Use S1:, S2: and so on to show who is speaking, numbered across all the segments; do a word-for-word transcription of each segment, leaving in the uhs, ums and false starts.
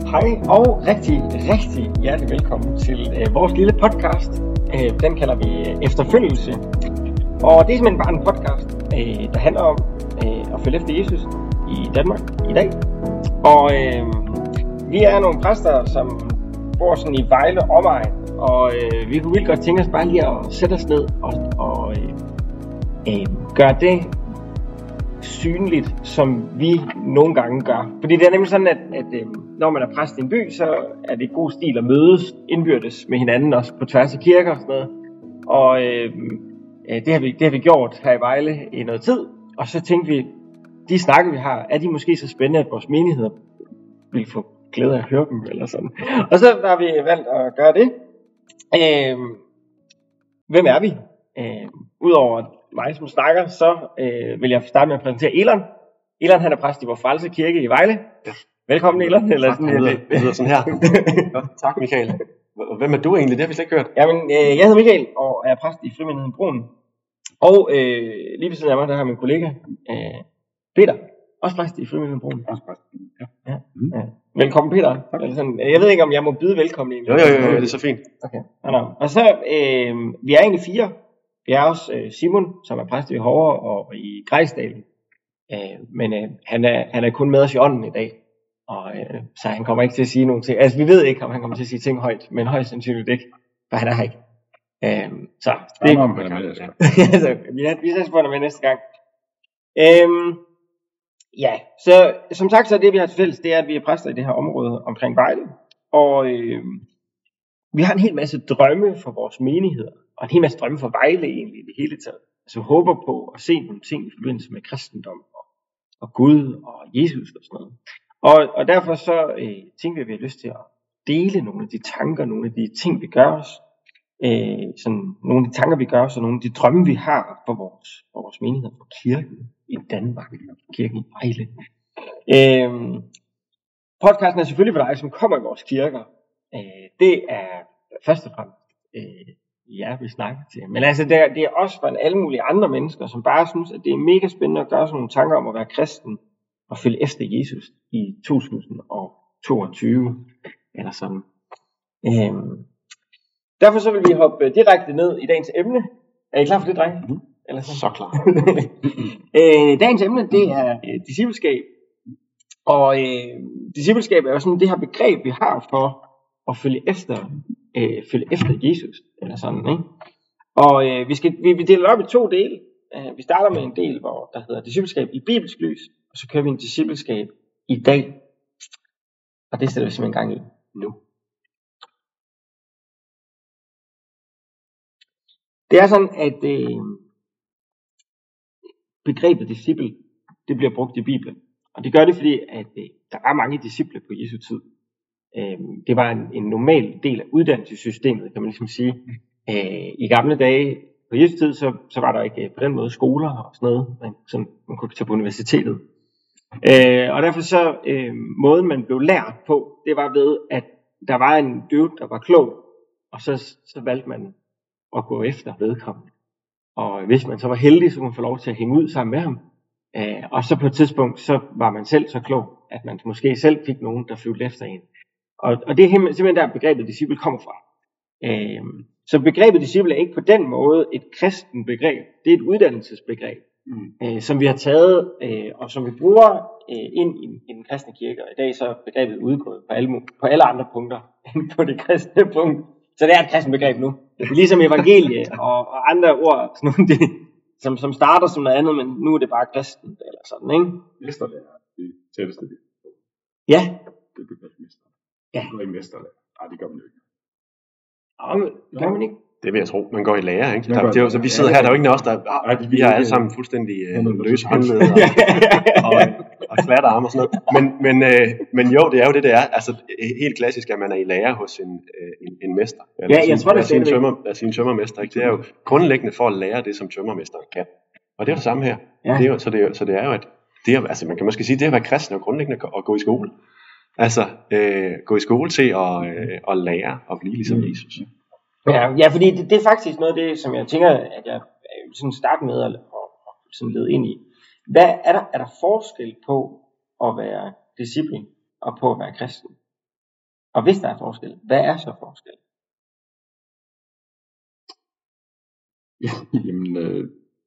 S1: Hej og rigtig, rigtig hjertelig velkommen til øh, vores lille podcast. Øh, den kalder vi øh, Efterfølgelse. Og det er simpelthen bare en podcast, øh, der handler om øh, at følge efter Jesus i Danmark i dag. Og øh, vi er nogle præster, som bor sådan i Vejle omegn. Og øh, vi kunne virkelig godt tænke os bare lige at sætte os ned og, og øh, øh, gøre det synligt, som vi nogle gange gør. Fordi det er nemlig sådan, at, at øh, når man er præst i en by, så er det god stil at mødes indbyrdes med hinanden, også på tværs af kirker og sådan noget. Og øh, det, har vi, det har vi gjort her i Vejle i noget tid. Og så tænkte vi, de snakke vi har, er de måske så spændende, at vores menigheder vil få glæde af at høre dem, eller sådan. Og så har vi valgt at gøre det. Øh, hvem er vi? Øh, Udover mig som snakker, så øh, vil jeg starte med at præsentere Elon. Elon, han er præst i Vor Frelse Kirke i Vejle. Ja. Velkommen, Elon. Eller
S2: tak, sådan, det, det, det lyder sådan her. Ja, tak, Michael. Hvem er du egentlig? Det har vi slet ikke hørt.
S1: Jamen, øh, jeg hedder Michael, og er præst i Frimenigheden Broen. Og øh, lige ved siden af mig, der har min kollega øh, Peter, også præst i Frimenigheden Broen.
S2: Også præst. Ja.
S1: Ja. Mm. Ja. Velkommen, Peter. Eller sådan, jeg ved ikke, om jeg må byde velkommen egentlig.
S2: Jo, jo, jo, jo, det er så fint.
S1: Okay. Ja, og så, øh, vi er egentlig fire. Vi er også øh, Simon, som er præst i Håre og i Grejsdalen. Øh, men øh, han, er, han er kun med os i ånden i dag. Og øh, så han kommer ikke til at sige nogen ting. Altså vi ved ikke, om han kommer til at sige ting højt, men højst sandsynligt ikke, for han er her ikke. Øh, så det
S2: er med, altså.
S1: altså, vi har vi ses på dig med næste gang. Øh, ja, så som sagt, så er det vi har til fælles, det er, at vi er præster i det her område omkring Vejle. Og øh, vi har en hel masse drømme for vores menigheder. Og en hel masse drømme for Vejle egentlig i det hele taget. Altså håber på at se nogle ting i forbindelse med kristendom og, og Gud og Jesus og sådan noget. Og, og derfor så øh, tænker vi, at vi har lyst til at dele nogle af de tanker, nogle af de ting vi gør os. Øh, sådan, nogle af de tanker vi gør os, og nogle af de drømme vi har for vores, for vores menigheder, for kirken i Danmark, kirken i Vejle. Øh, podcasten er selvfølgelig for dig, som kommer i vores kirker. Øh, det er først og fremmest øh, ja, vi snakker til. Men altså, det er, det er også for alle mulige andre mennesker, som bare synes, at det er mega spændende at gøre sådan nogle tanker om at være kristen og følge efter Jesus i to tusind toogtyve eller sådan. Øhm. Derfor så vil vi hoppe direkte ned i dagens emne. Er I klar for det, drenge?
S2: Mm-hmm.
S1: Eller sådan?
S2: Så klar.
S1: øh, dagens emne, det er øh, discipleskab. Og øh, discipleskab er jo sådan det her begreb, vi har for at følge efter Øh, følge efter Jesus eller sådan, ikke? Og øh, vi skal vi, vi deler op i to dele. Uh, vi starter med en del, hvor der hedder discipleskab i bibelsk lys, og så kører vi en discipleskab i dag. Og det sætter vi simpelthen gang i nu. Det er sådan, at øh, begrebet disciple, det bliver brugt i Bibelen. Og det gør det, fordi at øh, der er mange disciple på Jesu tid. Det var en, en normal del af uddannelsessystemet, kan man ligesom sige. I gamle dage, på Jesu tid, så, så var der ikke på den måde skoler og sådan noget, man, som man kunne tage på universitetet. Og derfor så, måden man blev lært på, det var ved, at der var en dude, der var klog, og så, så valgte man at gå efter vedkommende. Og hvis man så var heldig, så kunne man få lov til at hænge ud sammen med ham. Og så på et tidspunkt, så var man selv så klog, at man måske selv fik nogen, der fulgte efter en. Og, og det er simpelthen der begrebet disciple kommer fra. Øhm, så begrebet disciple er ikke på den måde et kristen begreb. Det er et uddannelsesbegreb, mm. øh, som vi har taget, øh, og som vi bruger øh, ind i, i den kristne kirke. Og i dag så er begrebet udgået på alle, på alle andre punkter end på det kristne punkt. Så det er et kristen begreb nu. Det er ligesom evangelie og, og andre ord, sådan nogle, det, som, som starter som noget andet, men nu er det bare kristen eller sådan, ikke?
S2: Mesterlærer, det tætteste det.
S1: Ja.
S2: Det er begrebsmester.
S1: Ja.
S2: Det går i mesterlærer. Nej, det gør man jo ikke.
S1: Ja, gør man ikke?
S2: Det vil jeg tro. Man går i lære, ikke? Der, det er jo, så vi sidder her, der er jo ingen af os, der ja, vi er alle sammen fuldstændig øh, løse håndled og, og, og klatter arme og sådan noget. Men, men, øh, men jo, det er jo det, det er. Altså helt klassisk, at man er i lære hos en, øh, en, en mester.
S1: Eller ja, jeg sin, tror, det er
S2: sin, tømmer, sin tømmermester. Ikke? Det er jo grundlæggende for at lære det, som tømmermesteren kan. Og det er det samme her. Ja. Det er jo, så, det er, så det er jo, at det er, altså man kan måske sige, det at være kristen er grundlæggende at gå i skole. Altså øh, gå i skole til at, øh, at lære at blive ligesom mm. Jesus.
S1: Ja, ja, fordi det, det er faktisk noget af det, som jeg tænker, at jeg sådan starter med at og, og sådan lede ind i. Hvad er der, er der forskel på at være disciple og på at være kristen? Og hvis der er forskel, hvad er så forskel?
S3: Jamen, øh,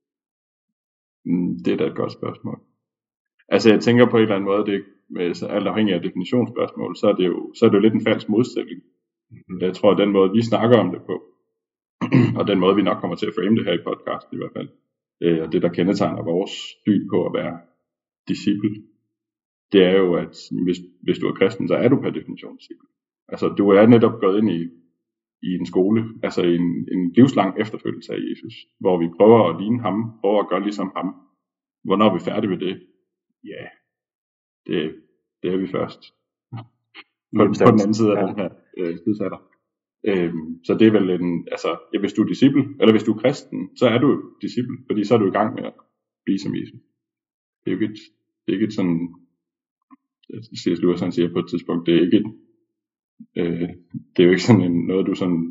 S3: det er da et godt spørgsmål. Altså jeg tænker på en eller anden måde, det er alt afhængig af definitionsspørgsmål, så er det jo, så er det jo lidt en falsk modstilling. Jeg tror, at den måde, vi snakker om det på, og den måde, vi nok kommer til at frame det her i podcasten i hvert fald, og det, der kendetegner vores syn på at være disciple, det er jo, at hvis, hvis du er kristen, så er du per definition disciple. Altså, du er netop gået ind i, i en skole, altså i en, en livslang efterfølgelse af Jesus, hvor vi prøver at ligne ham, prøver at gøre ligesom ham. Hvornår er vi færdige med det? Ja, det, det er vi først. På, på den anden side af ja. den her øh, tidsalder. Øhm, så det er vel en, altså, ja, hvis du er disciple, eller hvis du er kristen, så er du disciple, fordi så er du i gang med at blive som Jesus. Det er jo ikke et, det er ikke et sådan, C S Lewis han siger på et tidspunkt, det er ikke et, øh, det er jo ikke sådan en, noget du sådan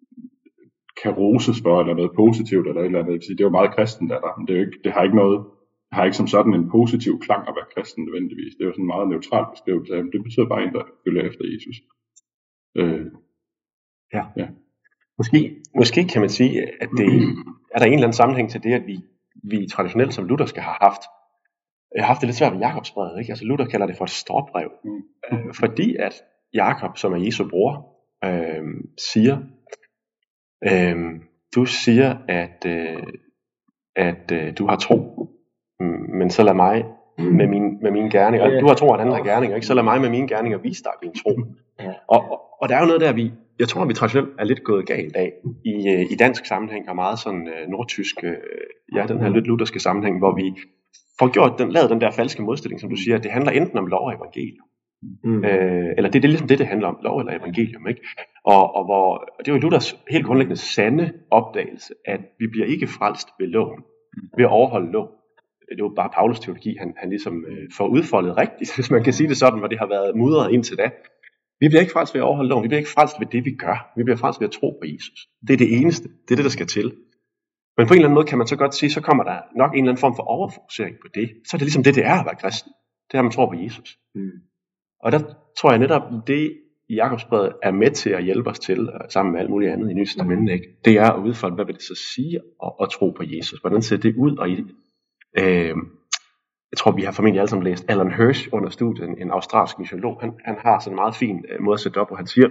S3: kan roses for, eller noget positivt, eller et eller andet. Det er jo meget kristen der, der. Men det er jo ikke, det har ikke noget, det har ikke som sådan en positiv klang at være kristen nødvendigvis. Det er jo sådan en meget neutral beskrivelse af, det betyder bare en, der følger efter Jesus. Øh,
S2: ja. ja. Måske, måske kan man sige, at det er der en eller anden sammenhæng til det, at vi, vi traditionelt som lutherske har haft, har haft det lidt svært med Jakobsbrevet, ikke? Altså Luther kalder det for et storbrev, mm. øh, fordi at Jakob, som er Jesu bror, øh, siger, øh, du siger, at, øh, at øh, du har tro, men så lad mig med mine, med mine gerninger, du har tro, at han har gerninger, ikke? Så lad mig med mine gerninger vise dig min tro. Og, og, og der er jo noget der, vi, jeg tror, vi traditionelt er lidt gået galt af, i, i dansk sammenhæng, og meget sådan uh, nordtysk, uh, ja, den her lidt lutherske sammenhæng, hvor vi får gjort den, lavet den der falske modstilling, som du siger, at det handler enten om lov og evangelium, mm. uh, eller det, det er ligesom det, det handler om, lov eller evangelium, ikke? Og, og hvor, det er jo Luthers helt grundlæggende sande opdagelse, at vi bliver ikke frelst ved loven, ved at overholde lov. Det er jo bare Paulus teologi, han, han ligesom øh, får udfoldet rigtigt, hvis man kan sige det sådan, hvor det har været mudret indtil da. Vi bliver ikke frelst ved at overholde loven, vi bliver ikke frelst ved det, vi gør. Vi bliver frelst ved at tro på Jesus. Det er det eneste, det er det, der skal til. Men på en eller anden måde kan man så godt sige, så kommer der nok en eller anden form for overfokusering på det. Så er det ligesom det, det er at være kristen. Det er, at man tror på Jesus. Mm. Og der tror jeg netop, det i Jakobsbrevet er med til at hjælpe os til, sammen med alt muligt andet i Nye Testamentet, ikke? Det er at udfolde, hvad vil det så sige at, at tro på Jesus? Hvordan ser det ud? Og i Øh, jeg tror, vi har formentlig alle sammen læst Alan Hirsch under studiet, en, en australsk missionolog. Han, han har sådan en meget fin øh, måde at sætte op, hvor han siger,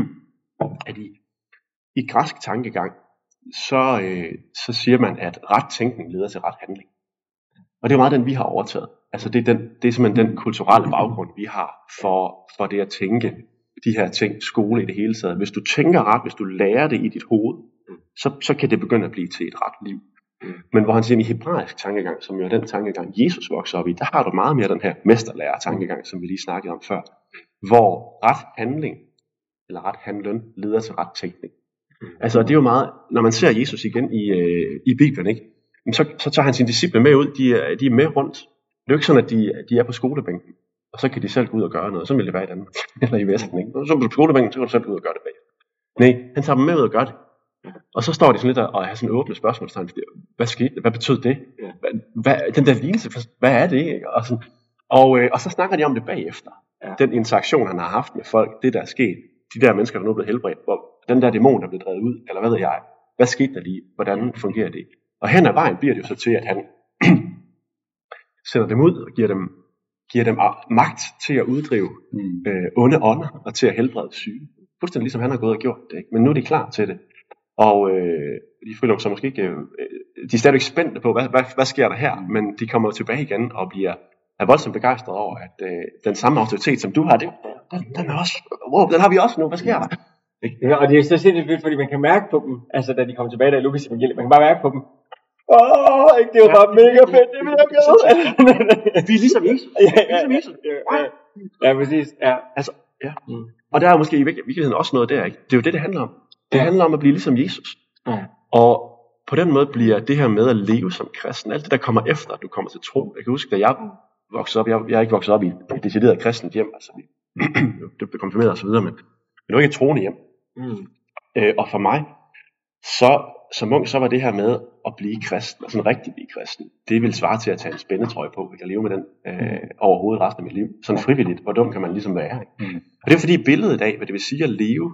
S2: at i, i græsk tankegang, så, øh, så siger man, at ret tænkning leder til ret handling. Og det er meget den, vi har overtaget. Altså det er, den, det er simpelthen den kulturelle baggrund, vi har for, for det at tænke de her ting, skole i det hele taget. Hvis du tænker ret, hvis du lærer det i dit hoved, så, så kan det begynde at blive til et ret liv. Mm. Men hvor han siger, i hebraisk tankegang, som jo er den tankegang, Jesus vokser op i, der har du meget mere den her mesterlærer tankegang, som vi lige snakkede om før, hvor ret handling, eller ret handlen, leder til ret tænkning. Mm. Altså det er jo meget, når man ser Jesus igen i, øh, i Bibelen, ikke? Så, så tager han sine disciple med ud, de er, de er med rundt. Det er jo ikke sådan, at de, de er på skolebænken, og så kan de selv gå ud og gøre noget. Så vil det være i Danmark, eller i Vesten, ikke? Så er du på skolebænken, så kan du selv gå ud og gøre det bag. Nej, han tager dem med ud og gør det. Og så står de sådan lidt og har sådan åbne spørgsmålstegn. Hvad skete det? Hvad betød det? Hvad, hvad, den der lignelse, hvad er det? Ikke? Og, sådan, og, øh, og så snakker de om det bagefter. Ja. Den interaktion, han har haft med folk, det der er sket, de der mennesker, der nu er blevet helbredt, hvor den der dæmon, der er blevet drevet ud, eller hvad ved jeg, hvad skete der lige? Hvordan fungerer det? Og hen ad vejen bliver det jo så til, at han sender dem ud og giver dem, giver dem magt til at uddrive mm. øh, onde ånder og til at helbrede syge. Fuldstændig ligesom han har gået og gjort det. Ikke? Men nu er de klar til det. Og øh, de føler sig måske ikke, øh, de er stadigvæk spændte på, hvad, hvad, hvad sker der her, men de kommer tilbage igen og bliver er voldsomt begejstrede over, at øh, den samme autoritet, som du har, det, den, den, er også, wow, den har vi også nu, hvad sker der?
S1: Ja, og det er så sindssygt vildt, fordi man kan mærke på dem, altså da de kommer tilbage der i Lukas evangeliet, man kan bare mærke på dem, åh, ikke, det var bare mega fedt, det vil jeg gøre.
S2: Vi er ligesom Jesus.
S1: Ja, ja, ligesom Jesus. Ja, ja, præcis, ja.
S2: Altså, ja. Mm. Og der er måske i virkeligheden også noget der, ikke? Det er jo det, det handler om. Det handler om at blive ligesom Jesus. Ja. Og på den måde bliver det her med at leve som kristen, alt det der kommer efter, at du kommer til tro. Jeg kan huske, da jeg voksede op, jeg, jeg er ikke vokset op i et decideret kristent hjem, altså det blev konfirmeret og så videre, men det var ikke et troende hjem. Mm. Øh, og for mig, så som ung, så var det her med at blive kristen, altså en rigtig blive kristen, det ville svare til at tage en spændetrøje på, ikke? At leve med den øh, overhovedet resten af mit liv. Sådan frivilligt, hvor dum kan man ligesom være, ikke? Mm. Og det er fordi billedet af, hvad det vil sige at leve,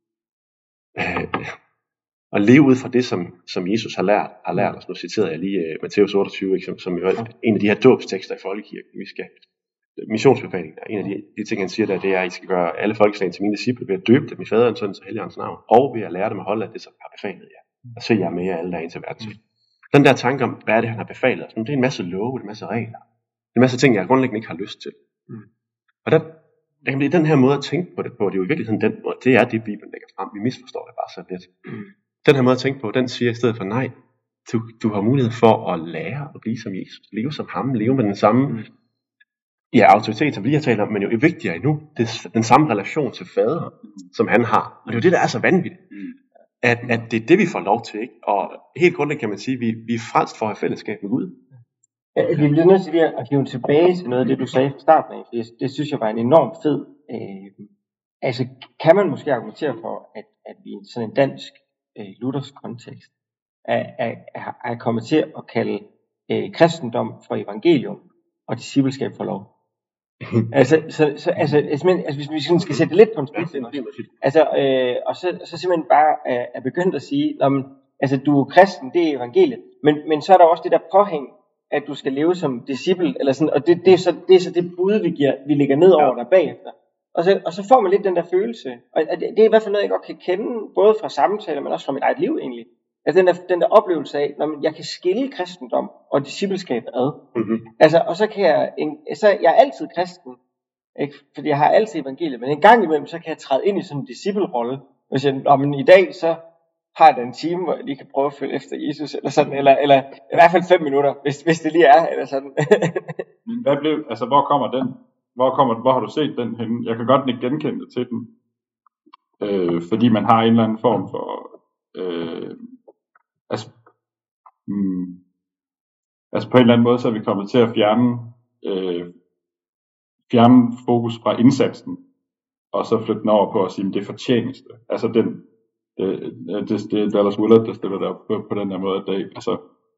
S2: øh, at leve ud fra det, som, som Jesus har lært, har lært os. Nu citerede jeg lige uh, Matthæus otteogtyve, ikke? Som, som jo er en af de her dåbstekster i folkekirken. Vi skal, missionsbefalingen, en af de, de ting, han siger der, det er, at I skal gøre alle folkeslag til mine disciple ved at døbe dem i faderens, søndens og helligåndens navn, og ved at lære dem at holde af det, som har befalet jer. Og se jer med jer alle dage til verden. Den der tanke om, hvad er det, han har befalet os, det er en masse love, det er en masse regler. Det er en masse ting, jeg grundlæggende ikke har lyst til. Og der, der kan blive den her måde at tænke på det på, det er jo i virkeligheden den måde, det er det, Bibelen lægger frem. Vi misforstår det bare så lidt. Den her måde at tænke på, den siger i stedet for nej, du, du har mulighed for at lære at blive som Jesus, leve som ham, leve med den samme ja, autoritet, som vi har talt om, men jo vigtigere endnu, det er den samme relation til fader, som han har. Og det er jo det, der er så vanvittigt, at, at det er det, vi får lov til, ikke? Og helt grundlæggende kan man sige, at vi, vi er frelst for at have fællesskab med Gud.
S1: Ja, vi bliver nødt til at hive tilbage til noget af det, du sagde fra starten af, for det, det synes jeg var en enormt fed. Øh, altså, kan man måske argumentere for, at, at vi i sådan en dansk øh, luthersk kontekst er, er, er, er kommet til at kalde øh, kristendom for evangelium og discipleskab for lov? altså, så, så, altså, altså, hvis vi skal sætte det lidt på en spids, altså, øh, og så, så simpelthen bare er, er begyndt at sige, når man, altså, du er kristen, det er evangeliet, men, men så er der også det der påhæng, at du skal leve som disciple, eller sådan, og det, det, er så, det er så det bud, vi, giver, vi lægger ned over dig bagefter. Og så, og så får man lidt den der følelse, og det, det er i hvert fald noget, jeg godt kan kende, både fra samtaler, men også fra mit eget liv egentlig. Altså den der, den der oplevelse af, når jeg kan skille kristendom og discipleskab ad. Mm-hmm. Altså, og så kan jeg, en, så jeg er altid kristen, ikke? Fordi jeg har altid evangeliet, men en gang imellem, så kan jeg træde ind i sådan en disciplerolle, og sige, men i dag, så har jeg da en time, hvor jeg lige kan prøve at følge efter Jesus, eller sådan, eller, eller i hvert fald fem minutter, hvis, hvis det lige er, eller sådan.
S3: Men hvad blev, altså hvor kommer den, hvor kommer, hvor har du set den henne? Jeg kan godt ikke genkende det til den, øh, fordi man har en eller anden form for, øh, altså, hmm, altså på en eller anden måde, så er vi kommet til at fjerne, øh, fjerne fokus fra indsatsen, og så flytte den over på at sige, at det er fortjeneste. Altså den, det, det, det er Dallas Willard, der stiller det op på, på den her måde, at det, altså,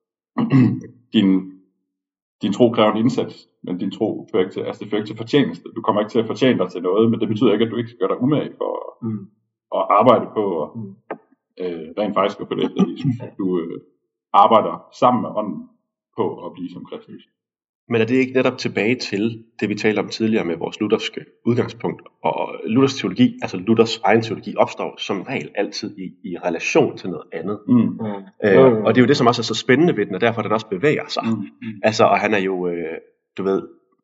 S3: din, din tro kræver en indsats, men din tro fører ikke til, altså det fører ikke til fortjeneste. Du kommer ikke til at fortjene dig til noget, men det betyder ikke, at du ikke skal gøre dig umage for mm. at arbejde på og mm. øh, rent faktisk på det. Du øh, arbejder sammen med ånden på at blive som Kristus.
S2: Men er det ikke netop tilbage til det, vi talte om tidligere med vores lutherske udgangspunkt? Og Luthers teologi, altså Luthers egen teologi, opstår som regel altid i, i relation til noget andet. Mm. Mm. Øh, og det er jo det, som også er så spændende ved den, og derfor den også bevæger sig. Mm. Mm. Altså, og han er jo, øh, du ved,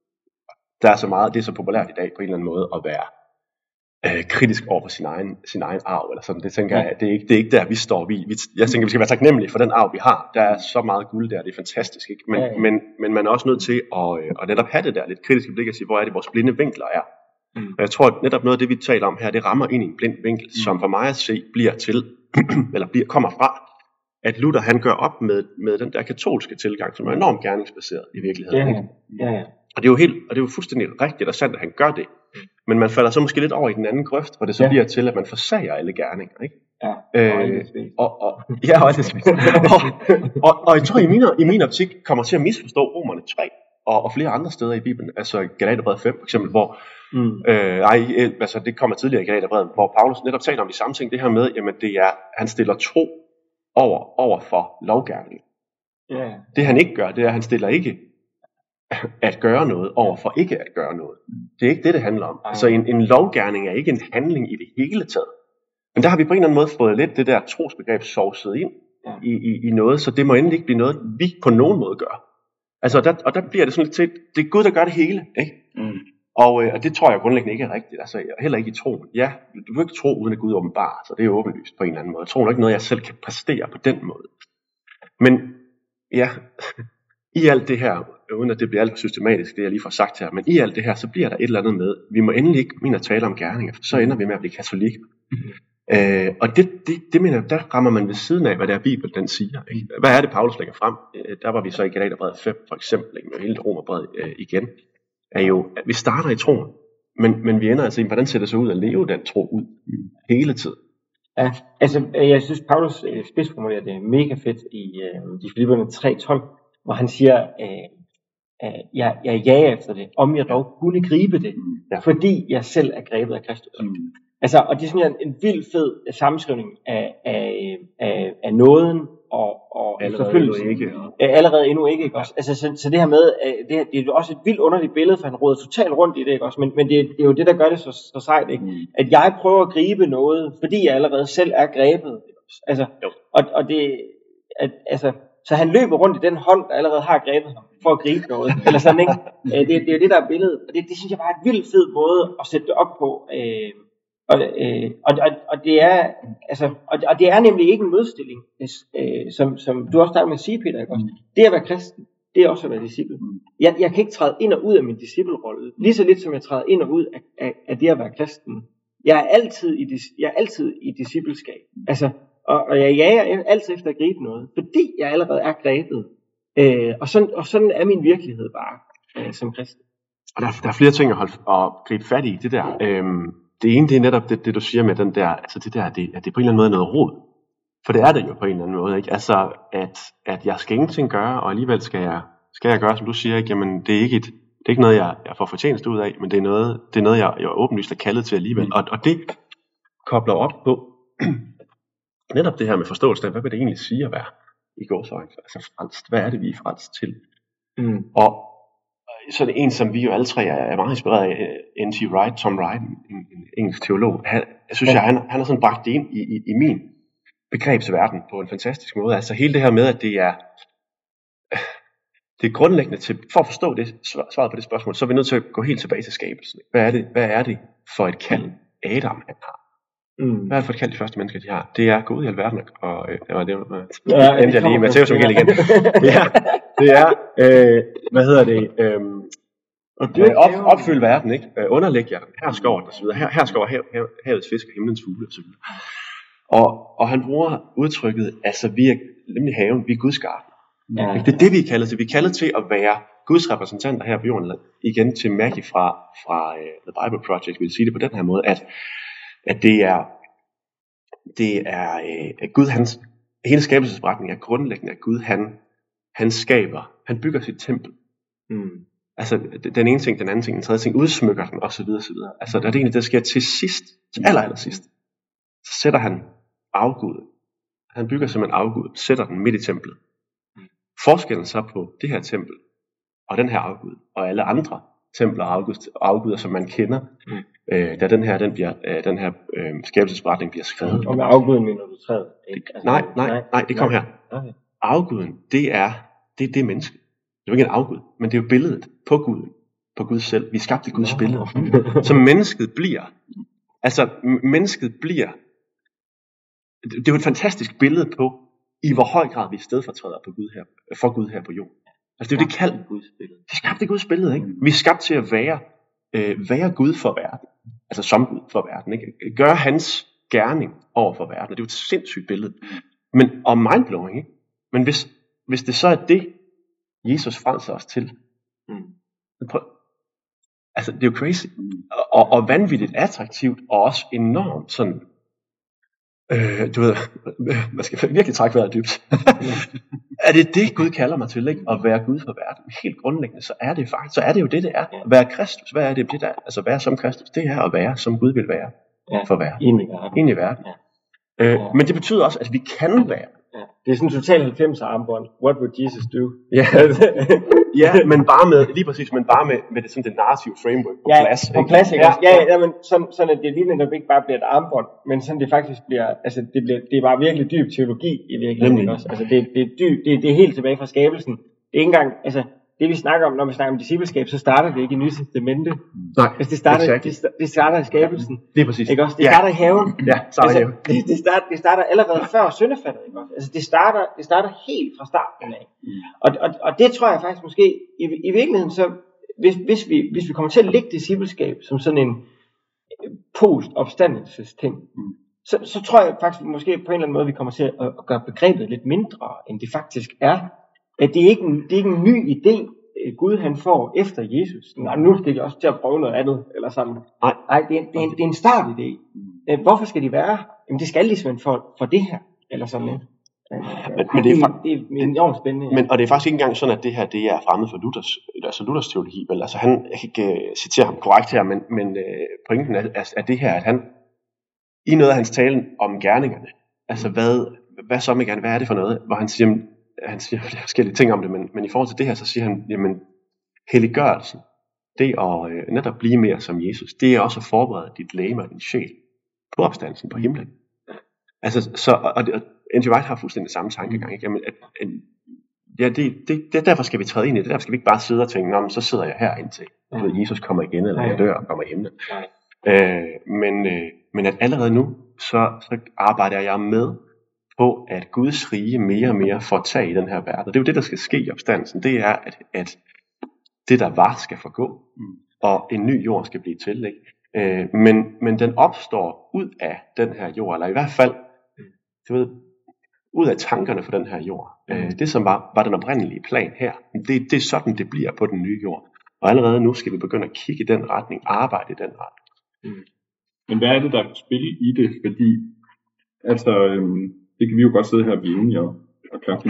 S2: der er så meget, det er så populært i dag på en eller anden måde at være øh, kritisk over for sin egen, sin egen arv, eller sådan. Det tænker jeg, det er ikke, det er ikke der, vi står. Vi, vi, jeg tænker, vi skal være taknemmelige for den arv, vi har. Der er så meget guld der, det er fantastisk, ikke? Men, ja, ja. men, men man er også nødt til at, øh, at netop have det der lidt kritiske blik og sige, hvor er det, vores blinde vinkler er. Mm. Og jeg tror, at netop noget af det, vi taler om her, det rammer ind i en blind vinkel, mm. som for mig at se bliver til, eller bliver, kommer fra, at Luther, han gør op med, med den der katolske tilgang, som er enormt gerningsbaseret i virkeligheden. Ja, ja, ja. Og det er jo helt, og det er jo fuldstændig rigtigt og sandt, at han gør det. Men man falder så måske lidt over i den anden grøft, hvor det så ja. bliver til, at man forsager alle gerninger, ikke?
S1: Ja,
S2: øh, og, og, ja, og, og, og, og jeg tror, i min, i min optik kommer til at misforstå Romerne tre, og, og flere andre steder i Bibelen, altså Galaterbrevet fem for eksempel, hvor, mm. øh, ej, altså det kommer tidligere i Galaterbrevet, hvor Paulus netop taler om de samme ting, det her med, jamen det er, han stiller tro over, over for lovgerning. Yeah. Det han ikke gør, det er, at han stiller ikke at gøre noget over for ikke at gøre noget. Det er ikke det, det handler om. Altså en, en lovgerning er ikke en handling i det hele taget. Men der har vi på en eller anden måde fået lidt det der trosbegreb sovset ind i, i, i noget, så det må endelig ikke blive noget, vi på nogen måde gør. Altså, der, og der bliver det sådan lidt til, det er Gud, der gør det hele, ikke? Mm. Og, øh, og det tror jeg grundlæggende ikke er rigtigt. Altså, heller ikke i troen. Ja, du kan ikke tro, uden at Gud åbenbarer, så det er jo åbenlyst på en eller anden måde. Troen er ikke noget, jeg selv kan præstere på den måde. Men, ja, i alt det her, uden at det bliver alt for systematisk, det jeg lige får sagt her, men i alt det her, så bliver der et eller andet med, vi må endelig ikke mene at tale om gerninger, for så ender vi med at blive katolikker. Mm-hmm. Øh, og det, det, det mener jeg, der rammer man ved siden af, hvad det er Bibelen den siger. Ikke? Hvad er det, Paulus lægger frem? Øh, der var vi så i Galaterbrevet fem, for eksempel, ikke? Med hele det Romerbrevet øh, igen, er jo, at vi starter i troen, men, men vi ender altså i, hvordan ser det så ud at leve den tro ud hele tiden.
S1: Ja, altså jeg synes Paulus øh, spidsformulerer det mega fedt i øh, de Filipperne tre tolv, hvor han siger, øh, øh, jeg, jeg jager efter det, om jeg dog kunne gribe det, ja. Fordi jeg selv er grebet af Kristus. Mm. Altså, og det er sådan en, en vild fed sammenskrivning af, af, af, af nåden og, og
S2: allerede endnu ikke.
S1: Ja. Allerede endnu ikke, ikke også? Altså, så, så det her med, det, her, det er også et vildt underligt billede, for han råder totalt rundt i det, ikke også? Men, men det, det er jo det, der gør det så, så sejt, ikke? Mm. At jeg prøver at gribe noget, fordi jeg allerede selv er grebet. Altså, og, og det, at, altså, så han løber rundt i den hånd, der allerede har grebet ham, for at gribe noget. Eller sådan, ikke? Det, det er jo det, der er billedet. Og det, det synes jeg bare er et vildt fed måde at sætte det op på. Øh, Og, øh, og, og, og det er altså og, og det er nemlig ikke en modstilling, øh, som, som du også starter med at sige, Peter, ikke også? Det at være kristen, det er også at være disciple. Jeg, jeg kan ikke træde ind og ud af min disciplerolle, lige så lidt som jeg træder ind og ud af, af, af det at være kristen. Jeg er altid i jeg er altid i discipleskab. Altså, og, og jeg jager altid efter at gribe noget, fordi jeg allerede er grebet. Øh, og sådan og sådan er min virkelighed bare øh, som kristen.
S2: Og der, der er flere ting at holde og gribe fat i det der. Øhm, Det ene, det er netop det, det du siger med den der, altså det der, det, at det er på en eller anden måde noget rod. For det er det jo på en eller anden måde, ikke? Altså, at, at jeg skal ingenting gøre, og alligevel skal jeg, skal jeg gøre, som du siger, ikke? Jamen, det er ikke et, det er ikke noget, jeg, jeg får fortjeneste ud af, men det er noget, det er noget jeg, jeg åbenlyst er kaldet til alligevel. Og, og det kobler op på netop det her med forståelsen af, hvad vil det egentlig sige at være i gåseøjne? Altså frelst, hvad er det, vi er frelst til? Mm. Og så er det en, som vi jo alle tre er meget inspireret af, N T Wright, Tom Wright, en, en engelsk teolog. Han, jeg synes, ja. jeg, han, han har sådan bragt det ind i, i, i min begrebsverden på en fantastisk måde. Altså hele det her med, at det er, det er grundlæggende til, for at forstå det, svaret på det spørgsmål, så er vi nødt til at gå helt tilbage til skabelsen. Hvad er det, hvad er det for et kald, Adam han har? Mm. Hvad er det for et kald, de første mennesker, de har? Det er gå ud i alverden, og øh, det var det, øh, ja, endte jeg lige med Matteus evangeliet igen. Ja, det er, øh, hvad hedder det, øh, øh, op, opfylde verden, ikke? Øh, underlæg jer, her skår den, og så videre. Her, her skår hav, hav, havets fisk og himlens fugle, og så videre. Og, og han bruger udtrykket, altså vi er nemlig haven, vi er Guds garden. Ja. Det er det, vi er kaldet til. Vi er kaldet til at være Guds repræsentanter her på jorden. Igen til Maggie fra, fra uh, The Bible Project vil sige det på den her måde, at at det er, det er øh, at Gud, hans, hele skabelsesberetningen er grundlæggende, at Gud, han, han skaber, han bygger sit tempel. Mm. Altså, den ene ting, den anden ting, den tredje ting, udsmykker den, osv. osv. Altså, der er det egentlig, der sker til sidst, til aller, aller sidst, så sætter han afguden. Han bygger simpelthen afguden, sætter den midt i templet. Mm. Forskellen så på det her tempel, og den her afgud, og alle andre templer og afguder, afguder som man kender, mm. øh, da den her, den, bliver, øh, den her øh, skabelsesberetning bliver skrevet.
S1: Og med afguden mener du træet?
S2: Altså, nej, nej, nej, det kom her. Okay. Afguden, det er det, det er mennesket. Det er jo ikke en afgud, men det er jo billedet på Guden, på Gud selv. Vi skabte Guds billede. Så mennesket bliver, altså mennesket bliver, det er jo et fantastisk billede på, i hvor høj grad vi stedfortræder på Gud her, for Gud her på jorden. Altså det er jo det kald. Vi skabte Guds billede, ikke? Vi er skabt til at være, øh, være Gud for verden. Altså som Gud for verden, ikke? Gøre hans gerning over for verden. Og det er jo et sindssygt billede. Men, og mindblowing, ikke? Men hvis, hvis det så er det, Jesus frelser os til. Mm. Prøv, altså det er jo crazy. Og, og vanvittigt attraktivt, og også enormt sådan, øh, du ved, man skal virkelig trække vejret dybt. Er det det, Gud kalder mig til, ikke? At være Gud for verden? Helt grundlæggende, så er det faktisk, så er det jo det, det er. At være Kristus, hvad er det, det der? Altså være som Kristus, det er at være, som Gud vil være. Ja. For verden.
S1: Ind i verden.
S2: Ind i verden. Ja. Øh, ja. Men det betyder også, at vi kan være.
S1: Ja. Det er sådan en total halvfemser armbånd. What would Jesus do?
S2: Ja, ja, men bare med, lige præcis, men bare med, med det, sådan det narrative framework på
S1: ja,
S2: plads.
S1: På plads, ikke? Ja, ja, ja, men sådan, sådan at det lige netop ikke bare bliver et armbånd, men sådan det faktisk bliver, altså det bliver, det er bare virkelig dyb teologi i virkeligheden også. Altså det, det er dyb, det, det er helt tilbage fra skabelsen. Det er ikke engang, altså det vi snakker om, når vi snakker om discipleskab, så starter det ikke i Nye Testamente.
S2: Nej,
S1: altså, det starter, exactly. det, det starter i skabelsen.
S2: Det er præcis.
S1: Ikke også? Det starter ja. i haven.
S2: Ja, starter altså, i haven.
S1: Det, det, starter, det starter allerede før syndefaldet. Ikke også? Altså det starter, det starter helt fra starten af. Mm. Og, og, og det tror jeg faktisk måske, i, i virkeligheden, så hvis, hvis, vi, hvis vi kommer til at lægge discipleskab som sådan en post-opstandelsesting, mm. så, så tror jeg faktisk måske på en eller anden måde, vi kommer til at, at gøre begrebet lidt mindre, end det faktisk er. At det er ikke en, det er ikke en ny idé, Gud han får efter Jesus. Nej, nu skal de også til at prøve noget andet eller sådan. Nej, Nej det, er en, det, er en, det er en startidé. Mm. Hvorfor skal de være? jamen det skal ligesom for, for det her, eller sådan noget.
S2: Men, men det, er fa-
S1: det er enormt spændende.
S2: Men, og det er faktisk ikke engang sådan, at det her det er fremmed for Luthers, altså Luthers teologi. Vel? Altså han, jeg kan ikke uh, citere ham korrekt her, men, men uh, pointen er, er, er det her, at han i noget af hans tale om gerningerne, altså hvad, hvad så med gerne, hvad er det for noget, hvor han siger, han siger flere forskellige ting om det, men, men i forhold til det her, så siger han, jamen helliggørelsen, det at uh, netop blive mere som Jesus, det er også at forberede dit legeme og din sjæl på opstandelsen på himlen. Altså, så, og, og N G Wright har fuldstændig samme tankegang, ikke? Jamen, at, at, ja, det, det, det, derfor skal vi træde ind i det, derfor skal vi ikke bare sidde og tænke, nå, men så sidder jeg her indtil, ja. Jesus kommer igen, eller jeg dør og kommer i himlen. Øh, men, øh, men at allerede nu, så, så arbejder jeg med på, at Guds rige mere og mere får tag i den her verden. Og det er jo det, der skal ske i opstandelsen, det er, at, at det, der var, skal forgå, mm. og en ny jord skal blive til, ikke? Øh, men, men den opstår ud af den her jord, eller i hvert fald, du ved, ud af tankerne for den her jord. Mm. Øh, det, som var, var den oprindelige plan her, det, det er sådan, det bliver på den nye jord. Og allerede nu skal vi begynde at kigge i den retning, arbejde i den retning.
S3: Mm. Men hvad er det, der er på spil i det? Fordi, altså, øhm, det kan vi jo godt sidde her og blive enige om, og klappe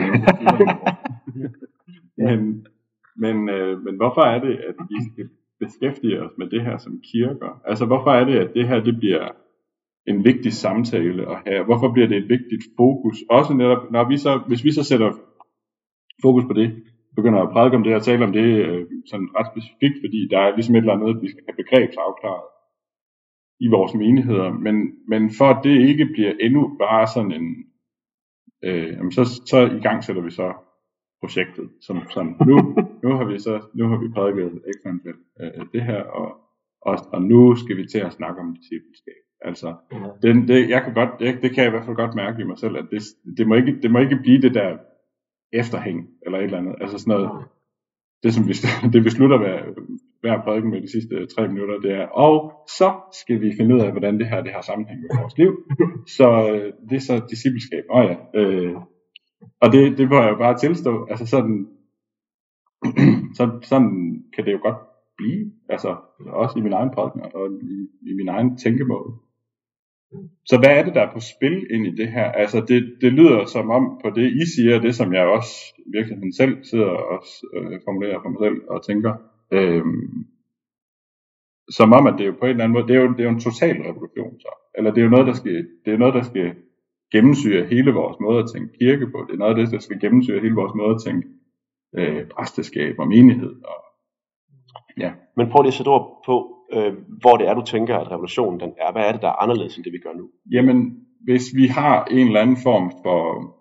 S3: men, men, øh, men hvorfor er det, at vi skal beskæftige os med det her som kirker? Altså, hvorfor er det, at det her, det bliver en vigtig samtale at have? Hvorfor bliver det et vigtigt fokus? Også netop, når vi så, hvis vi så sætter fokus på det, begynder at prædike om det og tale om det øh, sådan ret specifikt, fordi der er ligesom et eller andet, vi skal have begrebsafklaret i vores menigheder, men, men for at det ikke bliver endnu bare sådan en, øh, jamen så, så i gang sætter vi så projektet, som sådan, nu, nu har vi så, nu har vi prædiket eksempel øh, det her, og, og, og nu skal vi til at snakke om discipleskab. Altså, det, det, jeg kan godt, det, det kan jeg i hvert fald godt mærke i mig selv, at det, det, må ikke, det må ikke blive det der efterhæng, eller et eller andet, altså sådan noget, det som vi, det vi slutter hver, hver prædiken med de sidste tre minutter, det er, og så skal vi finde ud af, hvordan det her, det har sammenhæng med vores liv, så det er så discipleskab, åh oh ja, øh, og det, det må jeg jo bare tilstå, altså sådan, så, sådan kan det jo godt blive, altså også i min egen prædiken, og i, i min egen tænkemåde. Så hvad er det, der er på spil ind i det her? Altså det, det lyder som om på det, I siger, det som jeg også virkelig selv sidder og øh, formulerer for mig selv og tænker, øh, som om, at det er jo på en eller anden måde, det er jo, det er jo en total revolution så. Eller det er jo noget, der skal, det er noget, der skal gennemsyre hele vores måde at tænke kirke på. Det er noget af det, der skal gennemsyre hele vores måde at tænke øh, præsteskab og menighed. Og, ja.
S2: Men prøv lige at sætte ord på, øh, hvor det er, du tænker, at revolutionen den er. Hvad er det, der er anderledes end det, vi gør nu?
S3: Jamen, hvis vi har en eller anden form for...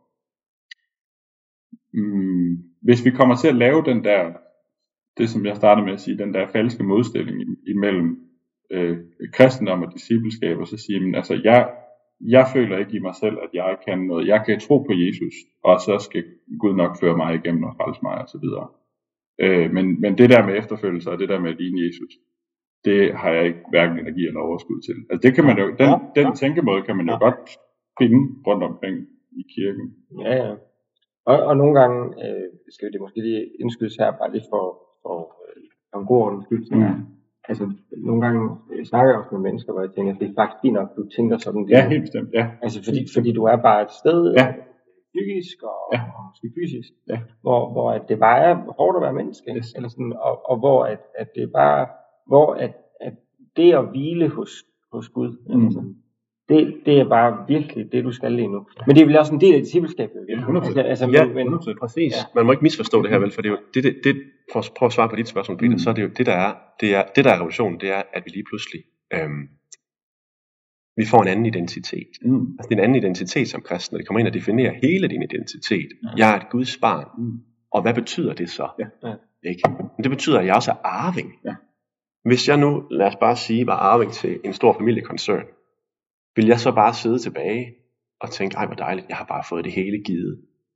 S3: Mm, hvis vi kommer til at lave den der, det som jeg startede med at sige, den der falske modstilling imellem øh, kristendom og discipleskab, og så sige, men altså, jeg, jeg føler ikke i mig selv, at jeg kan noget. Jeg kan tro på Jesus, og så skal Gud nok føre mig igennem og frelse mig, og så videre. Øh, men, men det der med efterfølgelse, og det der med at ligne Jesus, det har jeg ikke hverken energi eller overskud til. Altså det kan man jo, den, ja, ja. den tænkemåde kan man jo ja. godt finde rundt omkring i kirken.
S1: Ja, ja. Og, og nogle gange øh, skal det måske lige indskydes her, bare lige for, for, for en god ordens skyld. Mm. Altså nogle gange øh, snakker jeg også med mennesker, hvor jeg tænker, at det er faktisk fint nok, du tænker sådan.
S3: Ja, helt bestemt, ja.
S1: Altså fordi, fordi du er bare et sted,
S3: ja.
S1: psykisk og,
S3: ja.
S1: og måske fysisk,
S3: ja.
S1: hvor, hvor at det bare er hårdt at være menneske, yes. eller sådan, og, og hvor at, at det er bare, hvor at, at det at hvile hos, hos Gud, mm. altså, det, det er bare virkelig det, du skal lige nu. Men det er vel også en del af discipleskabet.
S2: Ja, hundrede procent. Altså, altså, ja, hundrede procent. Præcis. Ja. Man må ikke misforstå det her, vel, for det er jo, det, det, det, for at prøve at svare på dit spørgsmål, Peter, mm. så er det jo det, der er, det er, det der er revolutionen, det er, at vi lige pludselig, øhm, vi får en anden identitet. Mm. Altså det er en anden identitet som kristen, og det kommer ind og definerer hele din identitet. Ja. Jeg er et Guds barn. Mm. Og hvad betyder det så? Ja. Ja. Ikke? Men det betyder, at jeg også er arving. Ja. Hvis jeg nu, lad os bare sige, var arving til en stor familiekoncern, vil jeg så bare sidde tilbage og tænke, ej hvor dejligt, jeg har bare fået det hele givet.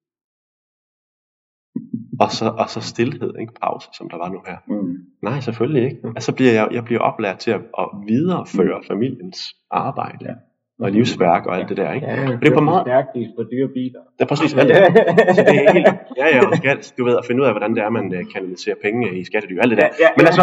S2: Og så, og så stillhed, ikke pause, som der var nu her. Mm. Nej, selvfølgelig ikke. Mm. Altså bliver jeg, jeg bliver oplært til at, at videreføre mm. familiens arbejde. Ja. Og livsværk og alt det der, ikke?
S1: Ja,
S2: og det er på meget
S1: stærkt for dyre biler.
S2: Det er præcis alt det. Så det er helt, ja, ja, og skal, du ved, at finde ud af, hvordan det er, man kanaliserer penge i skattelyr, alt det der. Ja, ja. Men altså,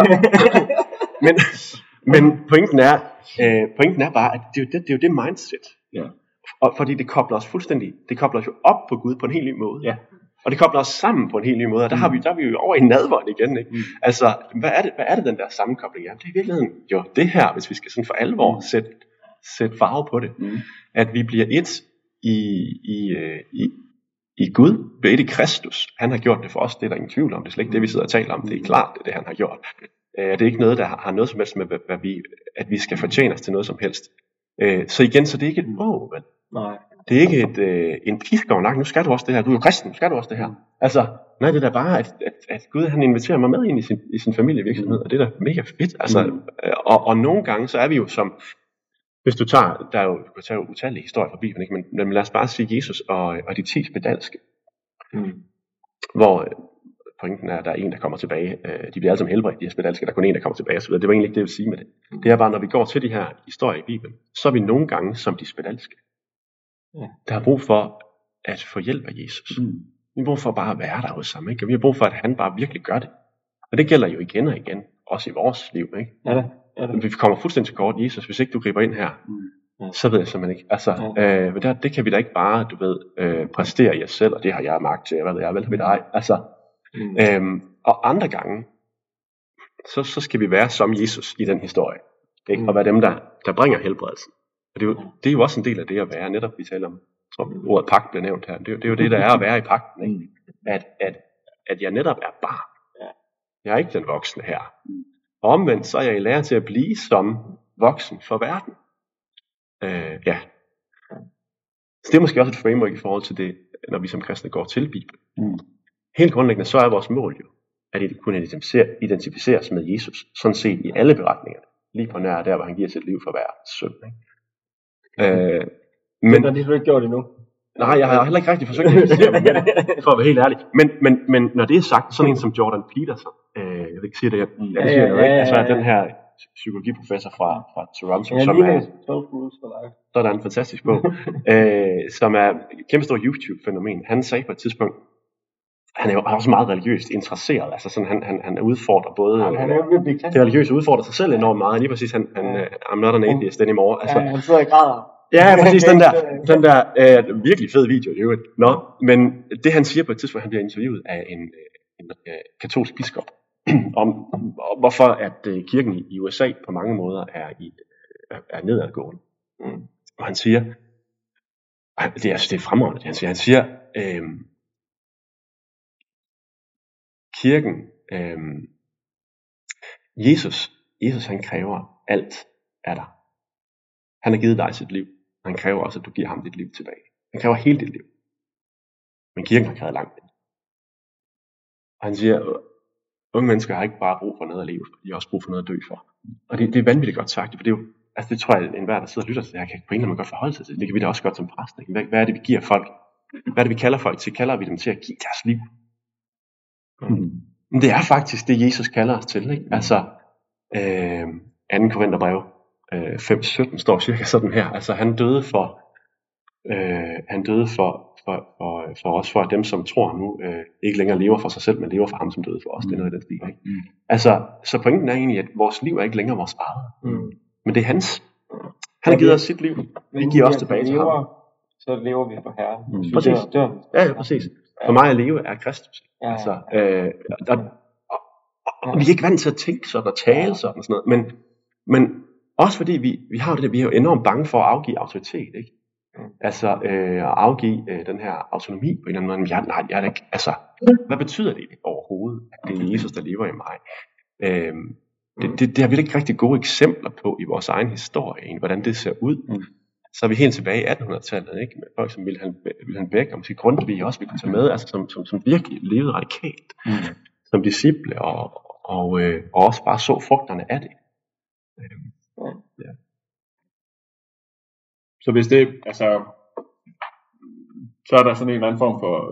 S2: men, men pointen er, øh, pointen er bare, at det er jo det, det, er jo det mindset, ja. Og fordi det kobler os fuldstændig, det kobler os jo op på Gud på en helt ny måde.
S1: Ja.
S2: Og det kobler os sammen på en helt ny måde, og der, har vi, der er vi jo over i nadveren igen. Ikke? Mm. Altså, hvad er, det, hvad er det den der sammenkobling? Jamen, det er i virkeligheden jo det her, hvis vi skal sådan for alvor sætte, sætte farve på det. Mm. At vi bliver et i, i, i, i Gud, vi er et i Kristus. Han har gjort det for os, det er der ingen tvivl om. Det er slet ikke det, vi sidder og taler om. Det er klart, det er det, han har gjort. Det er ikke noget, der har noget som helst med, hvad vi, at vi skal fortjene os til noget som helst. Så igen, så det er ikke et mål, vel?
S1: Nej.
S2: Det er ikke et, øh, en pisk over nakken, nu skal du også det her, du er jo kristen, nu skal du også det her. Altså, nej, det er da bare, at, at, at Gud han inviterer mig med ind i sin, i sin familievirksomhed, og det er da mega fedt. Altså, mm. og, og nogle gange, så er vi jo som, hvis du tager, der er jo, du kan tage utallige historier fra Bibelen, ikke? Men, men lad os bare sige Jesus og, og de ti spedalske, mm. hvor pointen er, at der er en, der kommer tilbage. De bliver alle sammen helbredt, de her spedalske, der er kun en, der kommer tilbage, så det var egentlig ikke det, jeg vil sige med det. Mm. Det er bare, når vi går til de her historier i Bibelen, så er vi nogle gange som de spedalske. Ja. Der har brug for at få hjælp af Jesus. Mm. Vi har brug for bare at være der hos ham, ikke? Og vi har brug for, at han bare virkelig gør det. Og det gælder jo igen og igen, også i vores liv, ikke?
S1: Ja, det. Ja, det.
S2: Vi kommer fuldstændig til kort, Jesus, hvis ikke du griber ind her, mm. ja. Så ved jeg simpelthen ikke. Altså, ja. øh, det, det kan vi da ikke bare, du ved, øh, præstere i os selv, og det har jeg magt til, hvad ved jeg, vel ved dig. Altså, mm. øhm, og andre gange, så, så skal vi være som Jesus i den historie, ikke? Mm. Og være dem, der, der bringer helbredelsen. Og det er, jo, det er jo også en del af det at være, netop vi taler om, som ordet pagt bliver nævnt her. Det er, jo, det er jo det, der er at være i pagten, ikke? At, at, at jeg netop er barn. Jeg er ikke den voksne her. Og omvendt, så er jeg i lære til at blive som voksen for verden. Øh, ja. Så det er måske også et framework i forhold til det, når vi som kristne går til Bibelen. Mm. Helt grundlæggende, så er vores mål jo, at det kunne identificere, identificeres med Jesus, sådan set i alle beretningerne. Lige på nær der, hvor han giver sit liv for hver søn, ikke? Øh, men
S1: det har du ikke gjort endnu.
S2: Nej, jeg har heller ikke rigtig forsøgt at identificere mig med det, for at være helt ærlig. Men, men, men når det er sagt, sådan en som Jordan Peterson, øh, jeg vil ikke sige det, jeg, jeg siger noget, ikke? Altså den her psykologiprofessor fra, fra Toronto, ja, som er, så er der en fantastisk bog, øh, som er et kæmpe stort YouTube-fænomen. Han sagde på et tidspunkt, han er jo også meget religiøst interesseret, altså sådan, han, han, han udfordrer både, ja, han er jo det religiøse udfordrer sig selv enormt meget, lige præcis, han, han ja. I'm not an atheist anymore. Altså,
S1: ja, han sidder i grader.
S2: Ja, præcis, den der, den der øh, virkelig fed video, i øvrigt. Nå, men det han siger på et tidspunkt, han bliver interviewet af en, en, en katolsk biskop, om hvorfor at øh, kirken i U S A på mange måder er, i, er, er nedadgående. Mm. Og han siger, det er, det er fremragende, det han siger, han siger, øh, kirken, øh, Jesus, Jesus han kræver alt af dig. Han har givet dig sit liv. Han kræver også, at du giver ham dit liv tilbage. Han kræver hele dit liv. Men kirken har krævet langt. Og han siger, unge mennesker har ikke bare brug for noget at leve for. De har også brug for noget at dø for. Og det, det er vanvittigt godt sagt. For det er jo, altså det tror jeg, at enhver, der sidder og lytter til det her, kan på en eller anden måde godt forholde sig til. Det kan vi da også godt som præst. Hvad, hvad er det, vi giver folk? Hvad er det, vi kalder folk til? Kalder vi dem til at give deres liv? Mm. Men det er faktisk det, Jesus kalder os til. Ikke? Altså, øh, anden Korintherbrev fem sytten står cirka sådan her. Altså han døde for øh, han døde for, for, for, for os, for at dem som tror nu øh, ikke længere lever for sig selv, men lever for ham som døde for os. Mm. Det er noget i den stil, ikke? Mm. Altså, så pointen er egentlig, at vores liv er ikke længere vores eget. Mm. Men det er hans. Han har givet os sit liv. Vi giver os tilbage til ham.
S1: Så lever vi for Herren.
S2: Mm. Præcis. Ja, ja, præcis. For mig at leve er Kristus. Ja, ja, altså, øh, der, og, og, og vi er ikke vant til at tænke sådan og tale sådan og sådan noget, men, men også fordi vi, vi har det der, vi er jo enormt bange for at afgive autoritet, ikke? Mm. Altså øh, at afgive øh, den her autonomi på en eller anden måde. Men jeg, nej, jeg er ikke, altså, hvad betyder det overhovedet, at det er Jesus, der lever i mig? Øh, det, det, det har vi ikke rigtig gode eksempler på i vores egen historie, hvordan det ser ud. Mm. Så er vi helt tilbage i attenhundredetallet, ikke? Med folk som Wilhelm, Wilhelm Beck og måske Grundtvig også, vi kunne tage med, altså som, som, som virkelig levede radikalt, mm. som disciple, og, og, øh, og også bare så frugterne af det. Øh, Ja.
S3: Så hvis det, altså, så er der sådan en eller anden form for,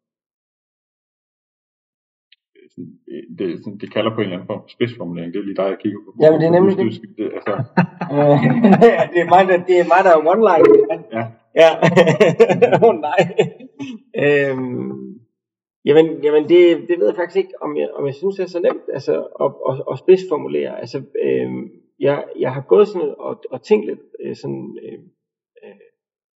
S3: sådan, det, sådan, det kalder på en eller anden form for spidsformulering. Det er lige dig, jeg kigger på.
S1: Ja, men det er nemlig det.
S3: det altså.
S1: det, er mig, der, det er mig, der er one-line.
S3: Ja.
S1: Ja. Åh oh, nej. øhm, jamen, jamen det, det ved jeg faktisk ikke, om jeg, om jeg synes, det er så nemt altså, at, at, at spidsformulere. Altså, øhm, Jeg, jeg har gået sådan og, og tænkt lidt øh, sådan, øh, øh,